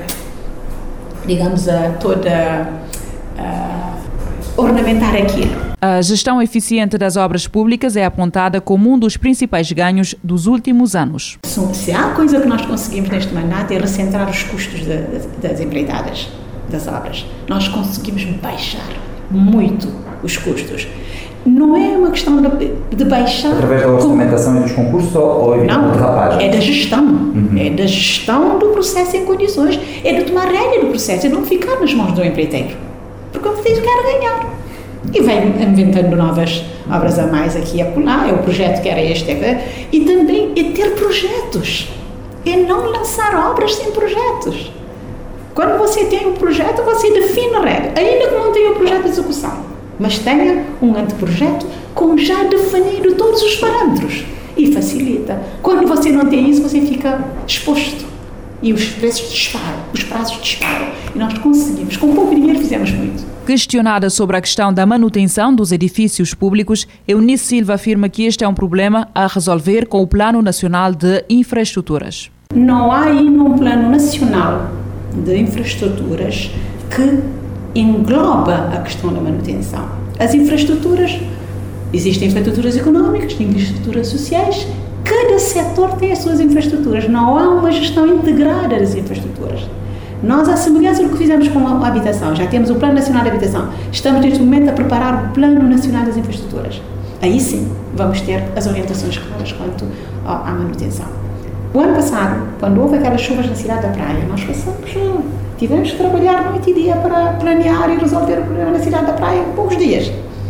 ornamentar aquilo. A gestão eficiente das obras públicas é apontada como um dos principais ganhos dos últimos anos. Se há coisa que nós conseguimos neste mandato é recentrar os custos das empreitadas das obras. Nós conseguimos baixar muito os custos. Não é uma questão de baixar... Através da orçamentação e dos concursos ou evitando derrapagens? É da gestão. É da gestão do processo em condições. É de tomar rédea do processo e não ficar nas mãos do empreiteiro. Porque o empreiteiro quer ganhar. E vai inventando novas obras a mais aqui e acolá. É o projeto que era este. E também é ter projetos. É não lançar obras sem projetos. Quando você tem um projeto, você define a regra. Ainda que não tenha o projeto de execução. Mas tenha um anteprojeto com já definido todos os parâmetros e facilita. Quando você não tem isso, você fica exposto e os preços disparam, os prazos disparam. E nós conseguimos, com pouco dinheiro fizemos muito. Questionada sobre a questão da manutenção dos edifícios públicos, Eunice Silva afirma que este é um problema a resolver com o Plano Nacional de Infraestruturas. Não há ainda um Plano Nacional de Infraestruturas que engloba a questão da manutenção. As infraestruturas, existem infraestruturas económicas, infraestruturas sociais, cada setor tem as suas infraestruturas, não há uma gestão integrada das infraestruturas. Nós, à semelhança do que fizemos com a habitação, já temos o Plano Nacional de Habitação, estamos neste momento a preparar o Plano Nacional das Infraestruturas. Aí sim, vamos ter as orientações claras quanto à manutenção. O ano passado, quando houve aquelas chuvas na cidade da Praia, nós tivemos que trabalhar noite e dia para planear e resolver o problema na cidade da Praia em poucos dias.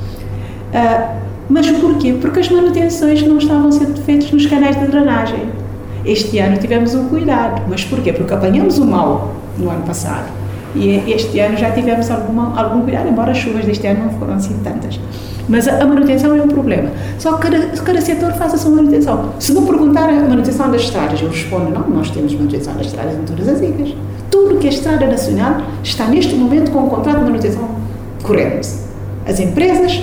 Mas porquê? Porque as manutenções não estavam sendo feitas nos canais de drenagem. Este ano tivemos um cuidado. Mas porquê? Porque apanhamos o mal no ano passado. E este ano já tivemos algum cuidado, embora as chuvas deste ano não foram assim tantas. Mas a manutenção é um problema. Só que cada setor faz a sua manutenção. Se me perguntar a manutenção das estradas, eu respondo, não, nós temos manutenção das estradas em todas as ilhas. Tudo que é estrada nacional está neste momento com um contrato de manutenção corrente. As empresas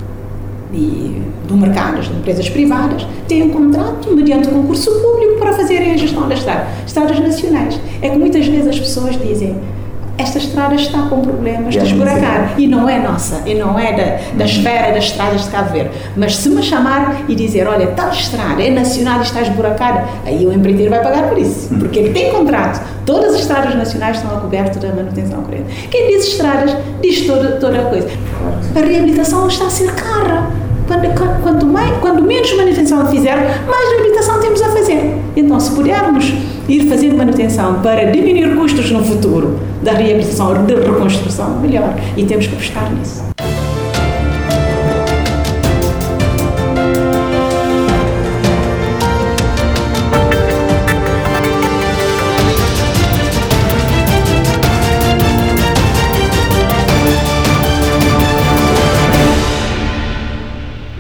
do mercado, as empresas privadas, têm um contrato mediante concurso público para fazerem a gestão das estradas nacionais. É que muitas vezes as pessoas dizem, esta estrada está com problemas de esburacar, e não é nossa, e não é da esfera das estradas de Cabo Verde. Mas se me chamar e dizer, olha, tal estrada é nacional e está esburacada, aí o empreiteiro vai pagar por isso, porque ele tem contrato. Todas as estradas nacionais estão a coberto da manutenção corrente. Quem diz estradas, diz toda a coisa. A reabilitação está a ser cara. Quando menos manutenção fizer, mais reabilitação temos a fazer. Então, se pudermos ir fazendo manutenção para diminuir custos no futuro da reabilitação, de reconstrução, melhor. E temos que apostar nisso.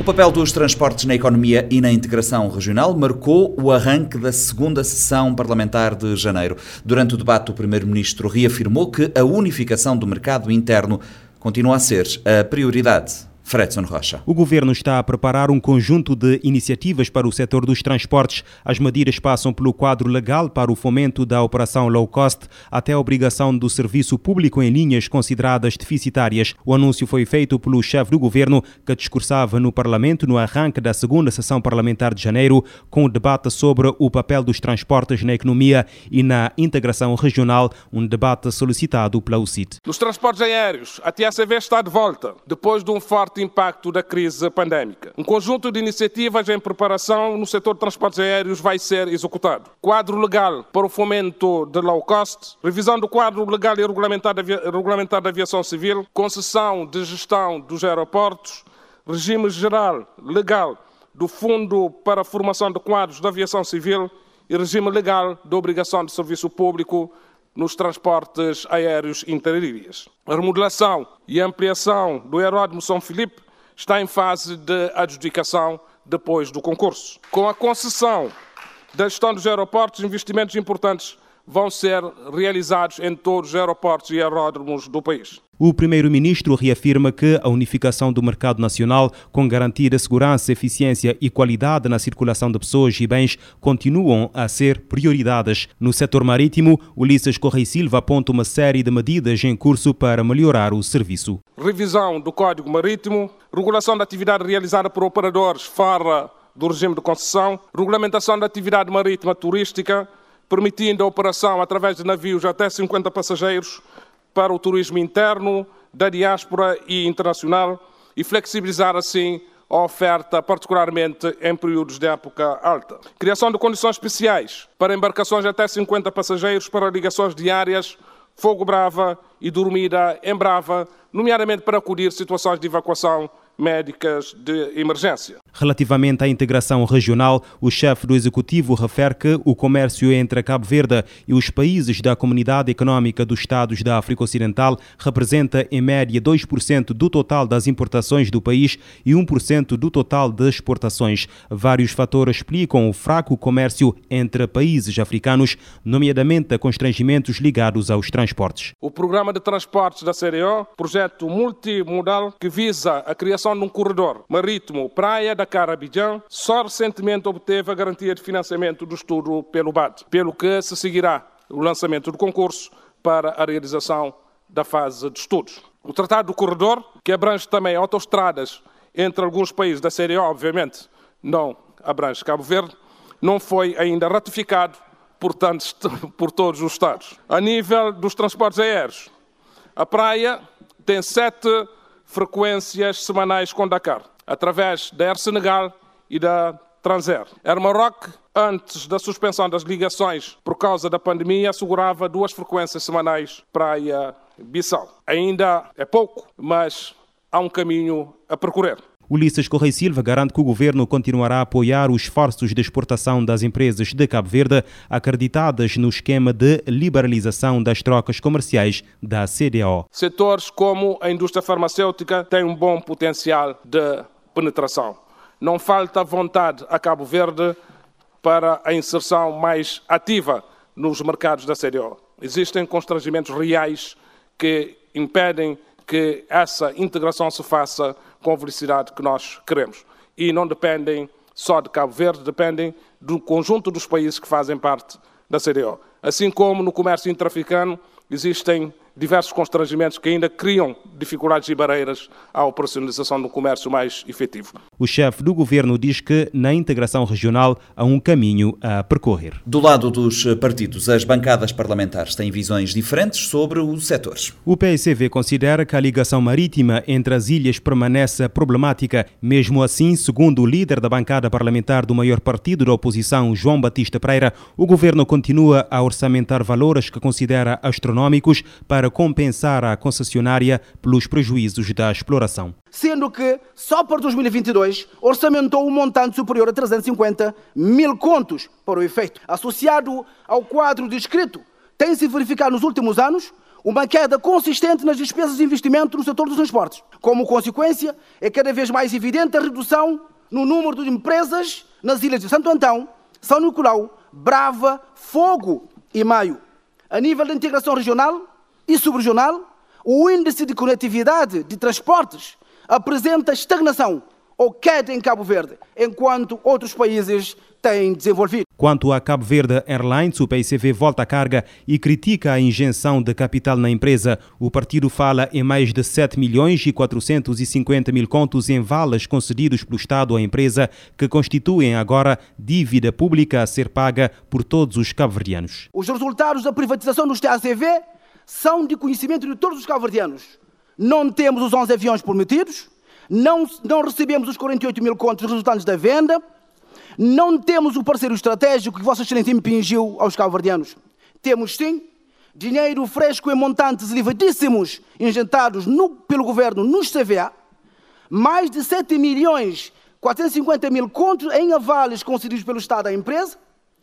O papel dos transportes na economia e na integração regional marcou o arranque da segunda sessão parlamentar de janeiro. Durante o debate, o Primeiro-Ministro reafirmou que a unificação do mercado interno continua a ser a prioridade. Fredson Rocha. O Governo está a preparar um conjunto de iniciativas para o setor dos transportes. As medidas passam pelo quadro legal para o fomento da operação low cost até a obrigação do serviço público em linhas consideradas deficitárias. O anúncio foi feito pelo chefe do Governo, que discursava no Parlamento no arranque da segunda sessão parlamentar de janeiro, com o debate sobre o papel dos transportes na economia e na integração regional, um debate solicitado pela UCIT. Nos transportes aéreos, a TSV está de volta, depois de um forte impacto da crise pandémica. Um conjunto de iniciativas em preparação no setor de transportes aéreos vai ser executado. Quadro legal para o fomento de low cost, revisão do quadro legal e regulamentar da aviação civil, concessão de gestão dos aeroportos, regime geral legal do Fundo para a Formação de Quadros da Aviação Civil e regime legal da obrigação de serviço público nos transportes aéreos interilhas. A remodelação e ampliação do aeródromo São Filipe está em fase de adjudicação depois do concurso. Com a concessão da gestão dos aeroportos, investimentos importantes vão ser realizados em todos os aeroportos e aeródromos do país. O Primeiro-Ministro reafirma que a unificação do mercado nacional, com garantir a segurança, eficiência e qualidade na circulação de pessoas e bens, continuam a ser prioridades. No setor marítimo, Ulisses Correia Silva aponta uma série de medidas em curso para melhorar o serviço. Revisão do Código Marítimo, regulação da atividade realizada por operadores fora do regime de concessão, regulamentação da atividade marítima turística, permitindo a operação através de navios até 50 passageiros para o turismo interno, da diáspora e internacional e flexibilizar assim a oferta, particularmente em períodos de época alta. Criação de condições especiais para embarcações até 50 passageiros para ligações diárias, fogo brava e dormida em brava, nomeadamente para acudir situações de evacuação médicas de emergência. Relativamente à integração regional, o chefe do Executivo refere que o comércio entre Cabo Verde e os países da Comunidade Económica dos Estados da África Ocidental representa em média 2% do total das importações do país e 1% do total das exportações. Vários fatores explicam o fraco comércio entre países africanos, nomeadamente constrangimentos ligados aos transportes. O Programa de Transportes da CDO, projeto multimodal que visa a criação de um corredor marítimo Praia Dakar-Abidjan, só recentemente obteve a garantia de financiamento do estudo pelo BAD, pelo que se seguirá o lançamento do concurso para a realização da fase de estudos. O Tratado do Corredor, que abrange também autoestradas entre alguns países da CDO, obviamente não abrange Cabo Verde, não foi ainda ratificado por todos os Estados. A nível dos transportes aéreos, a Praia tem 7 frequências semanais com Dakar, através da Air Senegal e da Transair. Air Maroc, antes da suspensão das ligações por causa da pandemia, assegurava 2 frequências semanais Praia-Bissau. Ainda é pouco, mas há um caminho a percorrer. Ulisses Correia Silva garante que o Governo continuará a apoiar os esforços de exportação das empresas de Cabo Verde acreditadas no esquema de liberalização das trocas comerciais da CDAO. Setores como a indústria farmacêutica têm um bom potencial de penetração. Não falta vontade a Cabo Verde para a inserção mais ativa nos mercados da CDAO. Existem constrangimentos reais que impedem que essa integração se faça com a velocidade que nós queremos. E não dependem só de Cabo Verde, dependem do conjunto dos países que fazem parte da CDAO. Assim como no comércio intra-africano existem diversos constrangimentos que ainda criam dificuldades e barreiras à operacionalização do comércio mais efetivo. O chefe do Governo diz que na integração regional há um caminho a percorrer. Do lado dos partidos, as bancadas parlamentares têm visões diferentes sobre os setores. O PSV considera que a ligação marítima entre as ilhas permanece problemática. Mesmo assim, segundo o líder da bancada parlamentar do maior partido da oposição, João Batista Pereira, o Governo continua a orçamentar valores que considera astronómicos para compensar a concessionária pelos prejuízos da exploração. Sendo que, só para 2022, orçamentou um montante superior a 350 mil contos para o efeito. Associado ao quadro descrito, tem-se verificado nos últimos anos uma queda consistente nas despesas de investimento no setor dos transportes. Como consequência, é cada vez mais evidente a redução no número de empresas nas ilhas de Santo Antão, São Nicolau, Brava, Fogo e Maio. A nível da integração regional e subregional, o índice de conectividade de transportes apresenta estagnação ou queda em Cabo Verde, enquanto outros países têm desenvolvido. Quanto a Cabo Verde Airlines, o PICV volta à carga e critica a injeção de capital na empresa. O partido fala em mais de 7 milhões e 450 mil contos em valas concedidos pelo Estado à empresa, que constituem agora dívida pública a ser paga por todos os cabo-verdianos. Os resultados da privatização dos TACV são de conhecimento de todos os cabo-verdianos. Não temos os 11 aviões prometidos, não recebemos os 48 mil contos resultantes da venda, não temos o parceiro estratégico que Vossa Excelência impingiu aos cabo-verdianos. Temos, sim, dinheiro fresco em montantes elevadíssimos injetados pelo Governo nos CVA, mais de 7 milhões 450 mil contos em avales concedidos pelo Estado à empresa,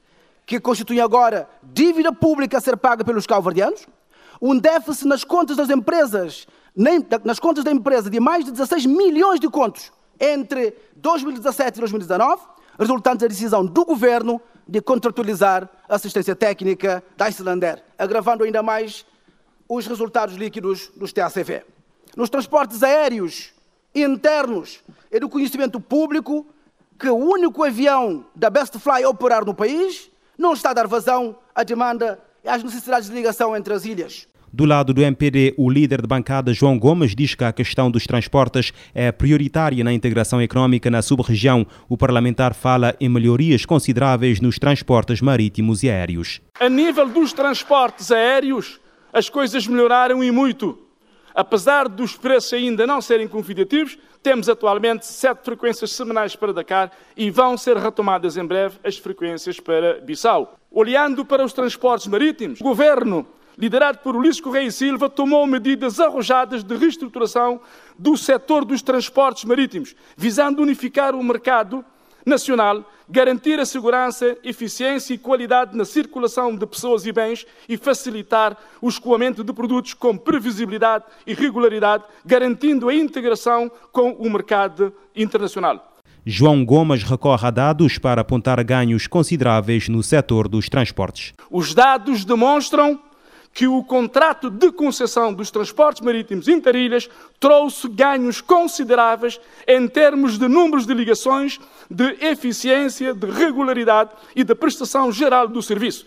que constituem agora dívida pública a ser paga pelos cabo-verdianos, um déficit nas contas das empresas, nas contas da empresa de mais de 16 milhões de contos entre 2017 e 2019, resultante da decisão do Governo de contratualizar a assistência técnica da Icelandair, agravando ainda mais os resultados líquidos dos TACV. Nos transportes aéreos internos, é do conhecimento público que o único avião da Best Fly a operar no país não está a dar vazão à demanda e às necessidades de ligação entre as ilhas. Do lado do MPD, o líder de bancada, João Gomes, diz que a questão dos transportes é prioritária na integração económica na sub-região. O parlamentar fala em melhorias consideráveis nos transportes marítimos e aéreos. A nível dos transportes aéreos, as coisas melhoraram e muito. Apesar dos preços ainda não serem convidativos, temos atualmente 7 frequências semanais para Dakar e vão ser retomadas em breve as frequências para Bissau. Olhando para os transportes marítimos, o Governo, liderado por Ulisses Correia e Silva, tomou medidas arrojadas de reestruturação do setor dos transportes marítimos, visando unificar o mercado nacional, garantir a segurança, eficiência e qualidade na circulação de pessoas e bens e facilitar o escoamento de produtos com previsibilidade e regularidade, garantindo a integração com o mercado internacional. João Gomes recorre a dados para apontar ganhos consideráveis no setor dos transportes. Os dados demonstram que o contrato de concessão dos transportes marítimos interilhas trouxe ganhos consideráveis em termos de números de ligações, de eficiência, de regularidade e de prestação geral do serviço.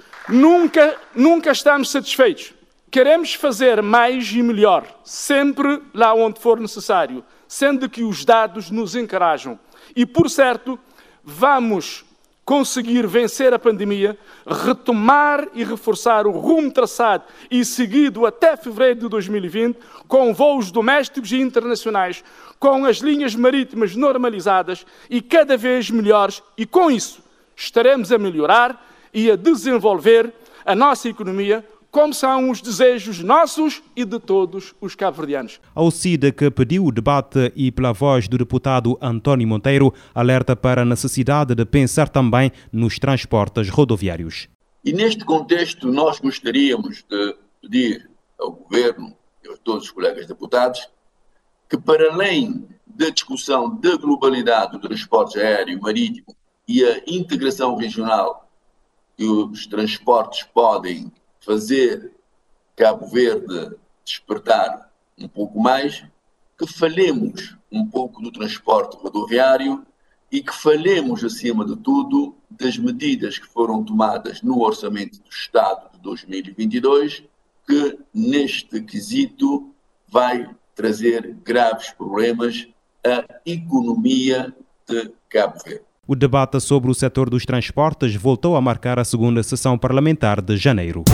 Nunca estamos satisfeitos. Queremos fazer mais e melhor, sempre lá onde for necessário, sendo que os dados nos encorajam. E, por certo, vamos conseguir vencer a pandemia, retomar e reforçar o rumo traçado e seguido até fevereiro de 2020, com voos domésticos e internacionais, com as linhas marítimas normalizadas e cada vez melhores, e com isso estaremos a melhorar e a desenvolver a nossa economia, como são os desejos nossos e de todos os cabo-verdianos. A OCIDE, que pediu o debate e pela voz do deputado António Monteiro, alerta para a necessidade de pensar também nos transportes rodoviários. E neste contexto nós gostaríamos de pedir ao Governo e a todos os colegas deputados que, para além da discussão da globalidade do transporte aéreo e marítimo e a integração regional que os transportes podem fazer Cabo Verde despertar um pouco mais, que falemos um pouco do transporte rodoviário e que falemos, acima de tudo, das medidas que foram tomadas no Orçamento do Estado de 2022, que neste quesito vai trazer graves problemas à economia de Cabo Verde. O debate sobre o setor dos transportes voltou a marcar a segunda sessão parlamentar de janeiro.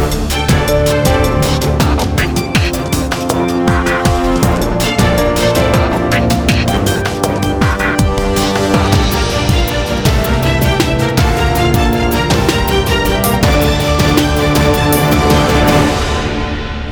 O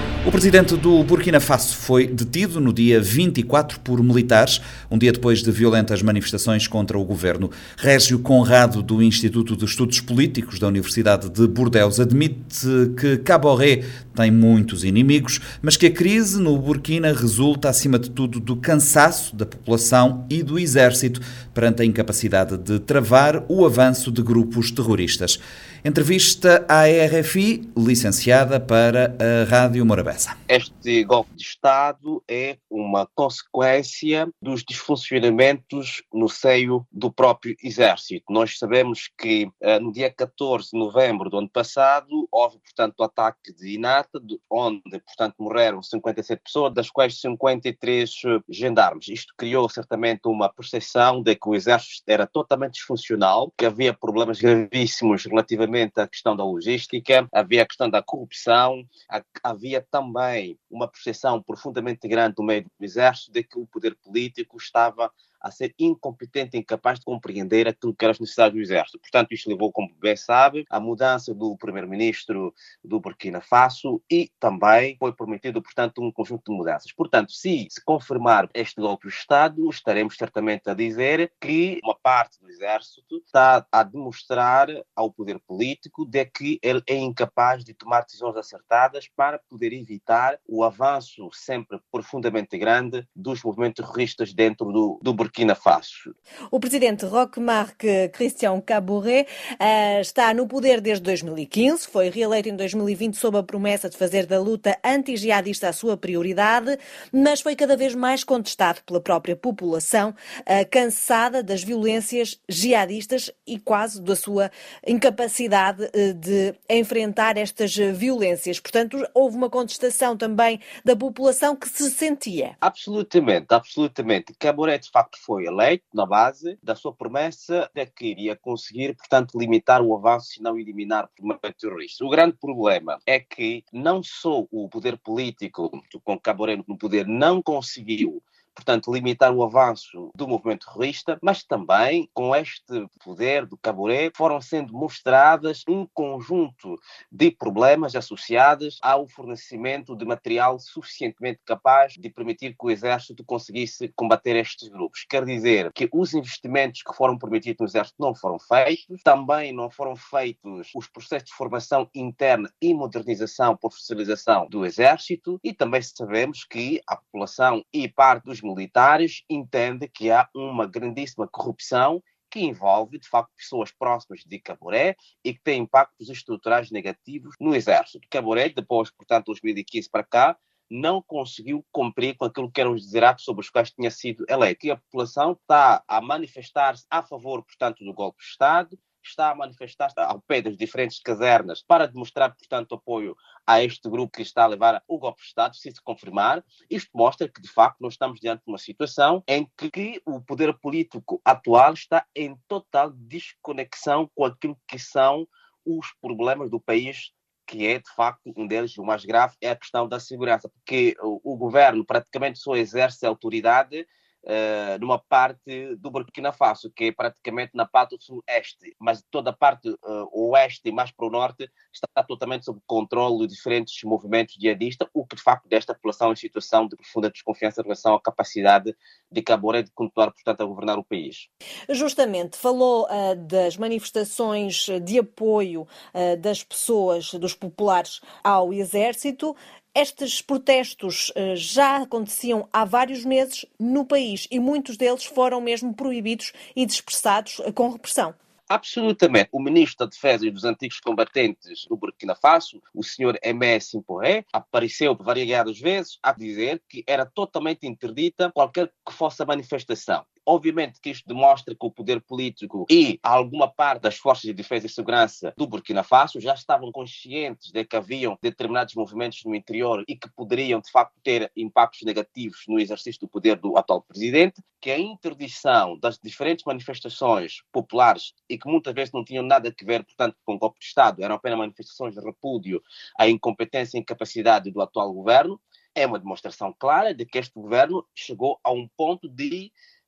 presidente do Burkina Faso foi detido no dia 24 por militares, um dia depois de violentas manifestações contra o governo. Régio Conrado, do Instituto de Estudos Políticos da Universidade de Bordeaux, admite que Kaboré tem muitos inimigos, mas que a crise no Burkina resulta, acima de tudo, do cansaço da população e do exército perante a incapacidade de travar o avanço de grupos terroristas. Entrevista à RFI, licenciada para a Rádio Morabeza. Este golpe de Estado é uma consequência dos desfuncionamentos no seio do próprio exército. Nós sabemos que no dia 14 de novembro do ano passado houve, portanto, o ataque de Inata, onde, portanto, morreram 57 pessoas, das quais 53 gendarmes. Isto criou certamente uma percepção de que o exército era totalmente disfuncional, que havia problemas gravíssimos relativamente à questão da logística, havia a questão da corrupção, havia também uma percepção profundamente grande no meio do exército de que o poder político estava a ser incompetente e incapaz de compreender aquilo que eram as necessidades do exército. Portanto, isto levou, como bem sabe, à mudança do primeiro-ministro do Burkina Faso e também foi prometido, portanto, um conjunto de mudanças. Portanto, se confirmar este golpe de Estado, estaremos certamente a dizer que uma parte do exército está a demonstrar ao poder político de que ele é incapaz de tomar decisões acertadas para poder evitar o avanço sempre profundamente grande dos movimentos terroristas dentro do Burkina Faso. O presidente Roch Marc Christian Kaboré está no poder desde 2015, foi reeleito em 2020 sob a promessa de fazer da luta anti-jihadista a sua prioridade, mas foi cada vez mais contestado pela própria população, cansada das violências jihadistas e quase da sua incapacidade de enfrentar estas violências. Portanto, houve uma contestação também da população que se sentia. Absolutamente. Kaboré, de facto, foi eleito na base da sua promessa de que iria conseguir, portanto, limitar o avanço e não eliminar o movimento terrorista. O grande problema é que não só o poder político, com Kaboré no poder, não conseguiu, portanto, limitar o avanço do movimento terrorista, mas também, com este poder do Kaboré, foram sendo mostradas um conjunto de problemas associados ao fornecimento de material suficientemente capaz de permitir que o exército conseguisse combater estes grupos. Quer dizer que os investimentos que foram permitidos no exército não foram feitos, também não foram feitos os processos de formação interna e modernização, profissionalização do exército, e também sabemos que a população e parte dos militares entende que há uma grandíssima corrupção que envolve, de facto, pessoas próximas de Kaboré e que tem impactos estruturais negativos no exército. Kaboré, depois, portanto, de 2015 para cá, não conseguiu cumprir com aquilo que eram os desideratos sobre os quais tinha sido eleito. E a população está a manifestar-se a favor, portanto, do golpe de Estado, está a manifestar-se ao pé das diferentes casernas para demonstrar, portanto, apoio a este grupo que está a levar o golpe de Estado, se confirmar. Isto mostra que, de facto, nós estamos diante de uma situação em que o poder político atual está em total desconexão com aquilo que são os problemas do país, que é, de facto, um deles, o mais grave, é a questão da segurança, porque o governo praticamente só exerce a autoridade numa parte do Burkina Faso, que é praticamente na parte sul-este, mas toda a parte oeste e mais para o norte está totalmente sob controle de diferentes movimentos jihadistas, o que de facto desta população em situação de profunda desconfiança em relação à capacidade de Kaboré de continuar, portanto, a governar o país. Justamente, falou das manifestações de apoio das pessoas, dos populares ao exército. Estes protestos já aconteciam há vários meses no país e muitos deles foram mesmo proibidos e dispersados com repressão. Absolutamente. O ministro da Defesa e dos antigos combatentes do Burkina Faso, o senhor Aimé Simporé, apareceu variadas vezes a dizer que era totalmente interdita qualquer que fosse a manifestação. Obviamente que isto demonstra que o poder político e alguma parte das forças de defesa e segurança do Burkina Faso já estavam conscientes de que haviam determinados movimentos no interior e que poderiam, de facto, ter impactos negativos no exercício do poder do atual presidente, que a interdição das diferentes manifestações populares e que muitas vezes não tinham nada a ver, portanto, com o golpe de Estado, eram apenas manifestações de repúdio à incompetência e incapacidade do atual governo, é uma demonstração clara de que este governo chegou a um ponto de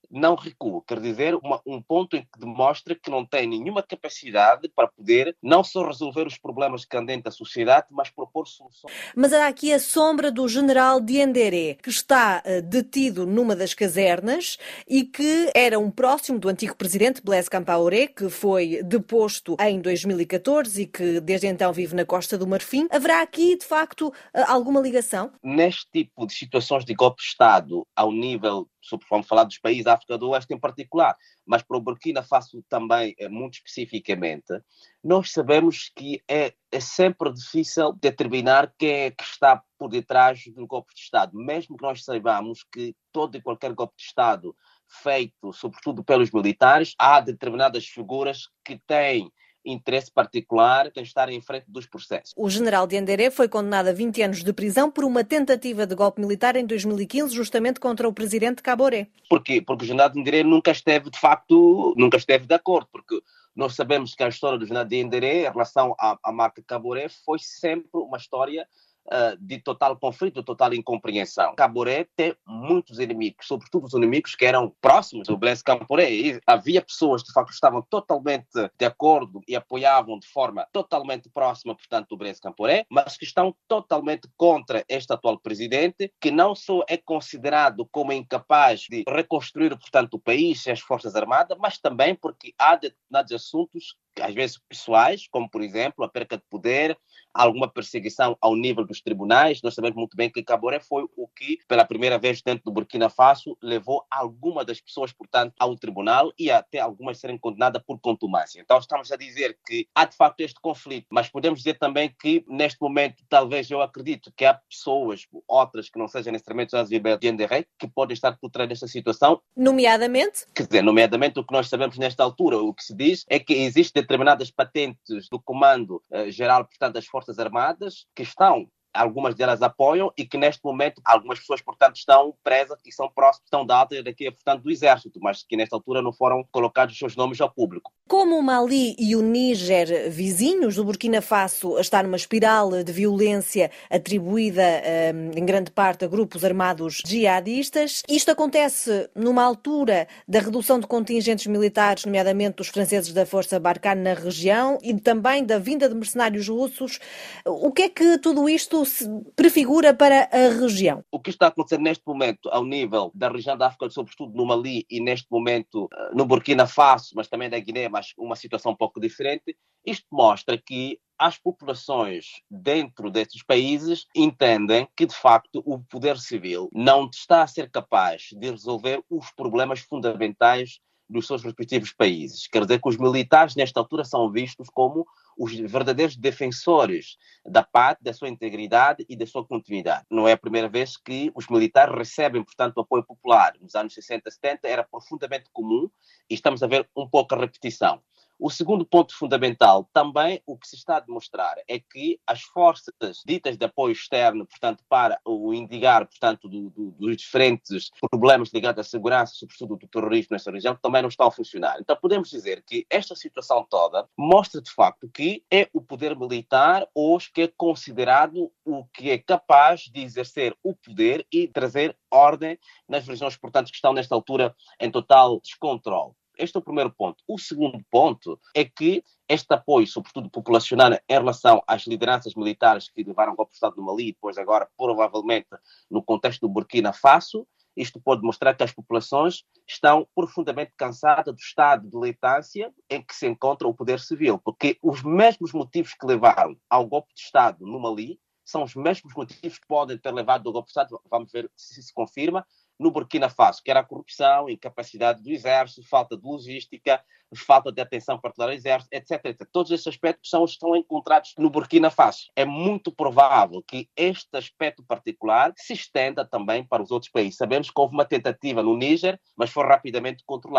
não recua. Quer dizer, um ponto em que demonstra que não tem nenhuma capacidade para poder não só resolver os problemas candentes da sociedade, mas propor soluções. Mas há aqui a sombra do general Diendéré, que está detido numa das casernas e que era um próximo do antigo presidente Blaise Compaoré, que foi deposto em 2014 e que desde então vive na Costa do Marfim. Haverá aqui, de facto, alguma ligação? Neste tipo de situações de golpe de Estado, ao nível, vamos falar dos países da África do Oeste em particular, mas para o Burkina Faso também, muito especificamente, nós sabemos que é sempre difícil determinar quem é que está por detrás do golpe de Estado. Mesmo que nós saibamos que todo e qualquer golpe de Estado feito, sobretudo pelos militares, há determinadas figuras que têm interesse particular em estar em frente dos processos. O general Diendéré foi condenado a 20 anos de prisão por uma tentativa de golpe militar em 2015, justamente contra o presidente Kaboré. Porquê? Porque o general Diendéré nunca esteve de acordo, porque nós sabemos que a história do general Diendéré em relação à marca Kaboré foi sempre uma história de total conflito, de total incompreensão. Kaboré tem muitos inimigos, sobretudo os inimigos que eram próximos do Blaise Compaoré. E havia pessoas que de facto estavam totalmente de acordo e apoiavam de forma totalmente próxima, portanto, do Blaise Compaoré, mas que estão totalmente contra este atual presidente, que não só é considerado como incapaz de reconstruir, portanto, o país e as Forças Armadas, mas também porque há determinados assuntos, às vezes pessoais, como, por exemplo, a perca de poder, alguma perseguição ao nível dos tribunais. Nós sabemos muito bem que Kaboré foi o que, pela primeira vez dentro do Burkina Faso, levou algumas das pessoas, portanto, ao tribunal e até algumas serem condenadas por contumância. Então, estamos a dizer que há, de facto, este conflito, mas podemos dizer também que, neste momento, talvez eu acredito que há pessoas, outras que não sejam necessariamente as Gilbert Diendéré, que podem estar por trás desta situação. Nomeadamente? Quer dizer, nomeadamente, o que nós sabemos nesta altura, o que se diz é que existem determinadas patentes do Comando Geral, portanto, das Forças Armadas, que estão, algumas delas apoiam e que neste momento algumas pessoas, portanto, estão presas e são próximas, estão da alta hierarquia, portanto, do Exército, mas que nesta altura não foram colocados os seus nomes ao público. Como o Mali e o Níger, vizinhos, o Burkina Faso está numa espiral de violência atribuída em grande parte a grupos armados jihadistas. Isto acontece numa altura da redução de contingentes militares, nomeadamente dos franceses da Força Barkhane na região e também da vinda de mercenários russos. O que é que tudo isto se prefigura para a região? O que está a acontecer neste momento ao nível da região da África, sobretudo no Mali e neste momento no Burkina Faso, mas também na Guiné, mas uma situação um pouco diferente, isto mostra que as populações dentro destes países entendem que, de facto, o poder civil não está a ser capaz de resolver os problemas fundamentais dos seus respectivos países. Quer dizer que os militares, nesta altura, são vistos como os verdadeiros defensores da paz, da sua integridade e da sua continuidade. Não é a primeira vez que os militares recebem, portanto, apoio popular. Nos anos 60 e 70 era profundamente comum e estamos a ver um pouco a repetição. O segundo ponto fundamental, também o que se está a demonstrar é que as forças ditas de apoio externo, portanto, para o indigar, portanto, dos diferentes problemas ligados à segurança, sobretudo do terrorismo nessa região, também não estão a funcionar. Então, podemos dizer que esta situação toda mostra, de facto, que é o poder militar hoje que é considerado o que é capaz de exercer o poder e trazer ordem nas regiões, portanto, que estão nesta altura em total descontrole. Este é o primeiro ponto. O segundo ponto é que este apoio, sobretudo populacional, em relação às lideranças militares que levaram ao golpe de Estado no Mali e depois agora, provavelmente, no contexto do Burkina Faso, isto pode mostrar que as populações estão profundamente cansadas do estado de militância em que se encontra o poder civil, porque os mesmos motivos que levaram ao golpe de Estado no Mali são os mesmos motivos que podem ter levado ao golpe de Estado, vamos ver se se confirma, no Burkina Faso, que era a corrupção, incapacidade do exército, falta de logística, falta de atenção particular ao exército, etc, etc. Todos esses aspectos estão encontrados no Burkina Faso. É muito provável que este aspecto particular se estenda também para os outros países. Sabemos que houve uma tentativa no Níger, mas foi rapidamente controlado.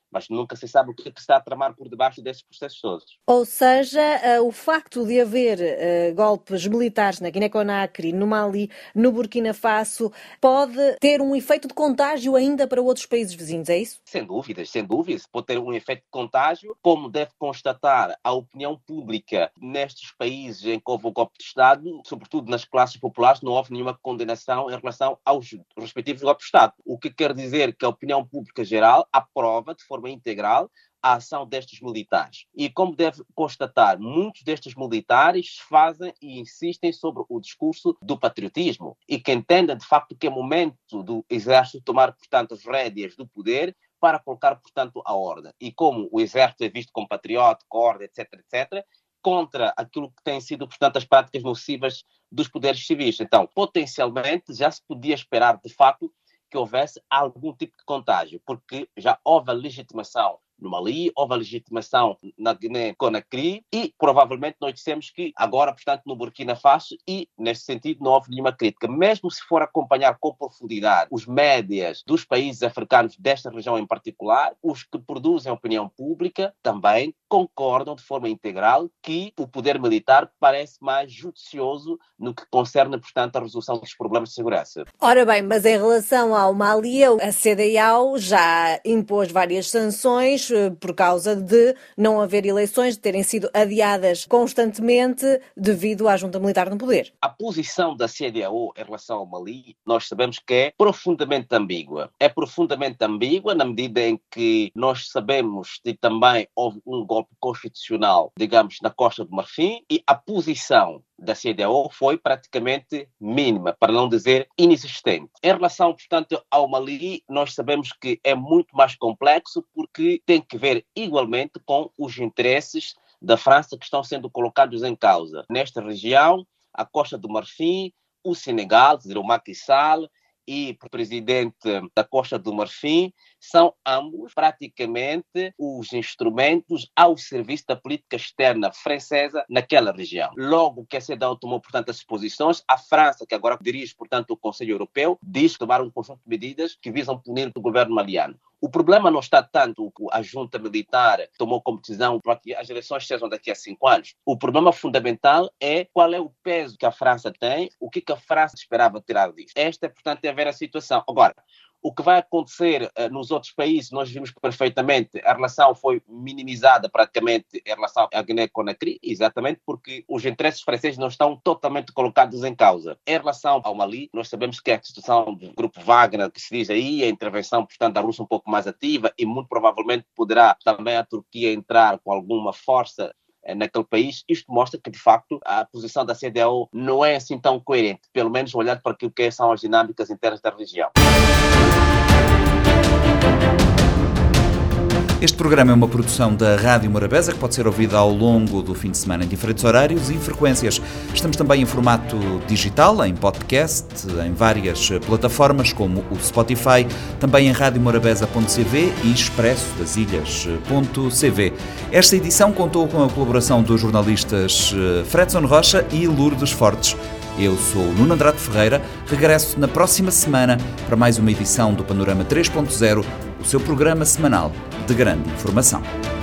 mas nunca se sabe o que está a tramar por debaixo desses processos todos. Ou seja, o facto de haver golpes militares na Guiné-Conakry, no Mali, no Burkina Faso, pode ter um efeito de contágio ainda para outros países vizinhos, é isso? Sem dúvidas. Pode ter um efeito de contágio, como deve constatar a opinião pública nestes países em que houve o golpe de Estado, sobretudo nas classes populares, não houve nenhuma condenação em relação aos respectivos golpes de Estado. O que quer dizer que a opinião pública geral aprova de forma integral a ação destes militares. E como deve constatar, muitos destes militares fazem e insistem sobre o discurso do patriotismo e que entendem de facto que é momento do exército tomar, portanto, as rédeas do poder para colocar, portanto, a ordem. E como o exército é visto como patriótico, ordem, etc., contra aquilo que têm sido, portanto, as práticas nocivas dos poderes civis. Então, potencialmente, já se podia esperar, de facto, que houvesse algum tipo de contágio, porque já houve a legitimação no Mali, houve a legitimação na Guiné-Conakry e provavelmente nós dissemos que agora, portanto, no Burkina Faso e, nesse sentido, não houve nenhuma crítica. Mesmo se for acompanhar com profundidade os médias dos países africanos desta região em particular, os que produzem opinião pública também concordam de forma integral que o poder militar parece mais judicioso no que concerne, portanto, a resolução dos problemas de segurança. Ora bem, mas em relação ao Mali, a CEDEAO já impôs várias sanções por causa de não haver eleições, de terem sido adiadas constantemente devido à junta militar no poder. A posição da CEDEAO em relação ao Mali, nós sabemos que é profundamente ambígua. É profundamente ambígua na medida em que nós sabemos que também houve um golpe constitucional, digamos, na Costa do Marfim, e a posição da CEDEAO foi praticamente mínima, para não dizer inexistente. Em relação, portanto, ao Mali, nós sabemos que é muito mais complexo porque tem que ver igualmente com os interesses da França que estão sendo colocados em causa. Nesta região, a Costa do Marfim, o Senegal, quer dizer, o Macky Sall e o presidente da Costa do Marfim são ambos praticamente os instrumentos ao serviço da política externa francesa naquela região. Logo que a CEDEAO tomou, portanto, as posições, a França, que agora dirige, portanto, o Conselho Europeu, diz tomar um conjunto de medidas que visam punir o governo maliano. O problema não está tanto que a junta militar tomou como decisão para que as eleições sejam daqui a 5 anos. O problema fundamental é qual é o peso que a França tem, o que a França esperava tirar disto. Esta, portanto, é ver a situação. Agora, o que vai acontecer nos outros países, nós vimos perfeitamente, a relação foi minimizada praticamente em relação à Guiné-Conakry, exatamente porque os interesses franceses não estão totalmente colocados em causa. Em relação ao Mali, nós sabemos que a situação do grupo Wagner, que se diz aí, a intervenção, portanto, da Rússia um pouco mais ativa e muito provavelmente poderá também a Turquia entrar com alguma força naquele país. Isto mostra que, de facto, a posição da CEDEAO não é assim tão coerente, pelo menos olhando para aquilo que são as dinâmicas internas da região. Este programa é uma produção da Rádio Morabeza que pode ser ouvida ao longo do fim de semana em diferentes horários e frequências. Estamos também em formato digital, em podcast, em várias plataformas como o Spotify, também em radiomorabeza.cv e expressodasilhas.cv. Esta edição contou com a colaboração dos jornalistas Fredson Rocha e Lourdes Fortes. Eu sou Nuno Andrade Ferreira, regresso na próxima semana para mais uma edição do Panorama 3.0, o seu programa semanal de grande informação.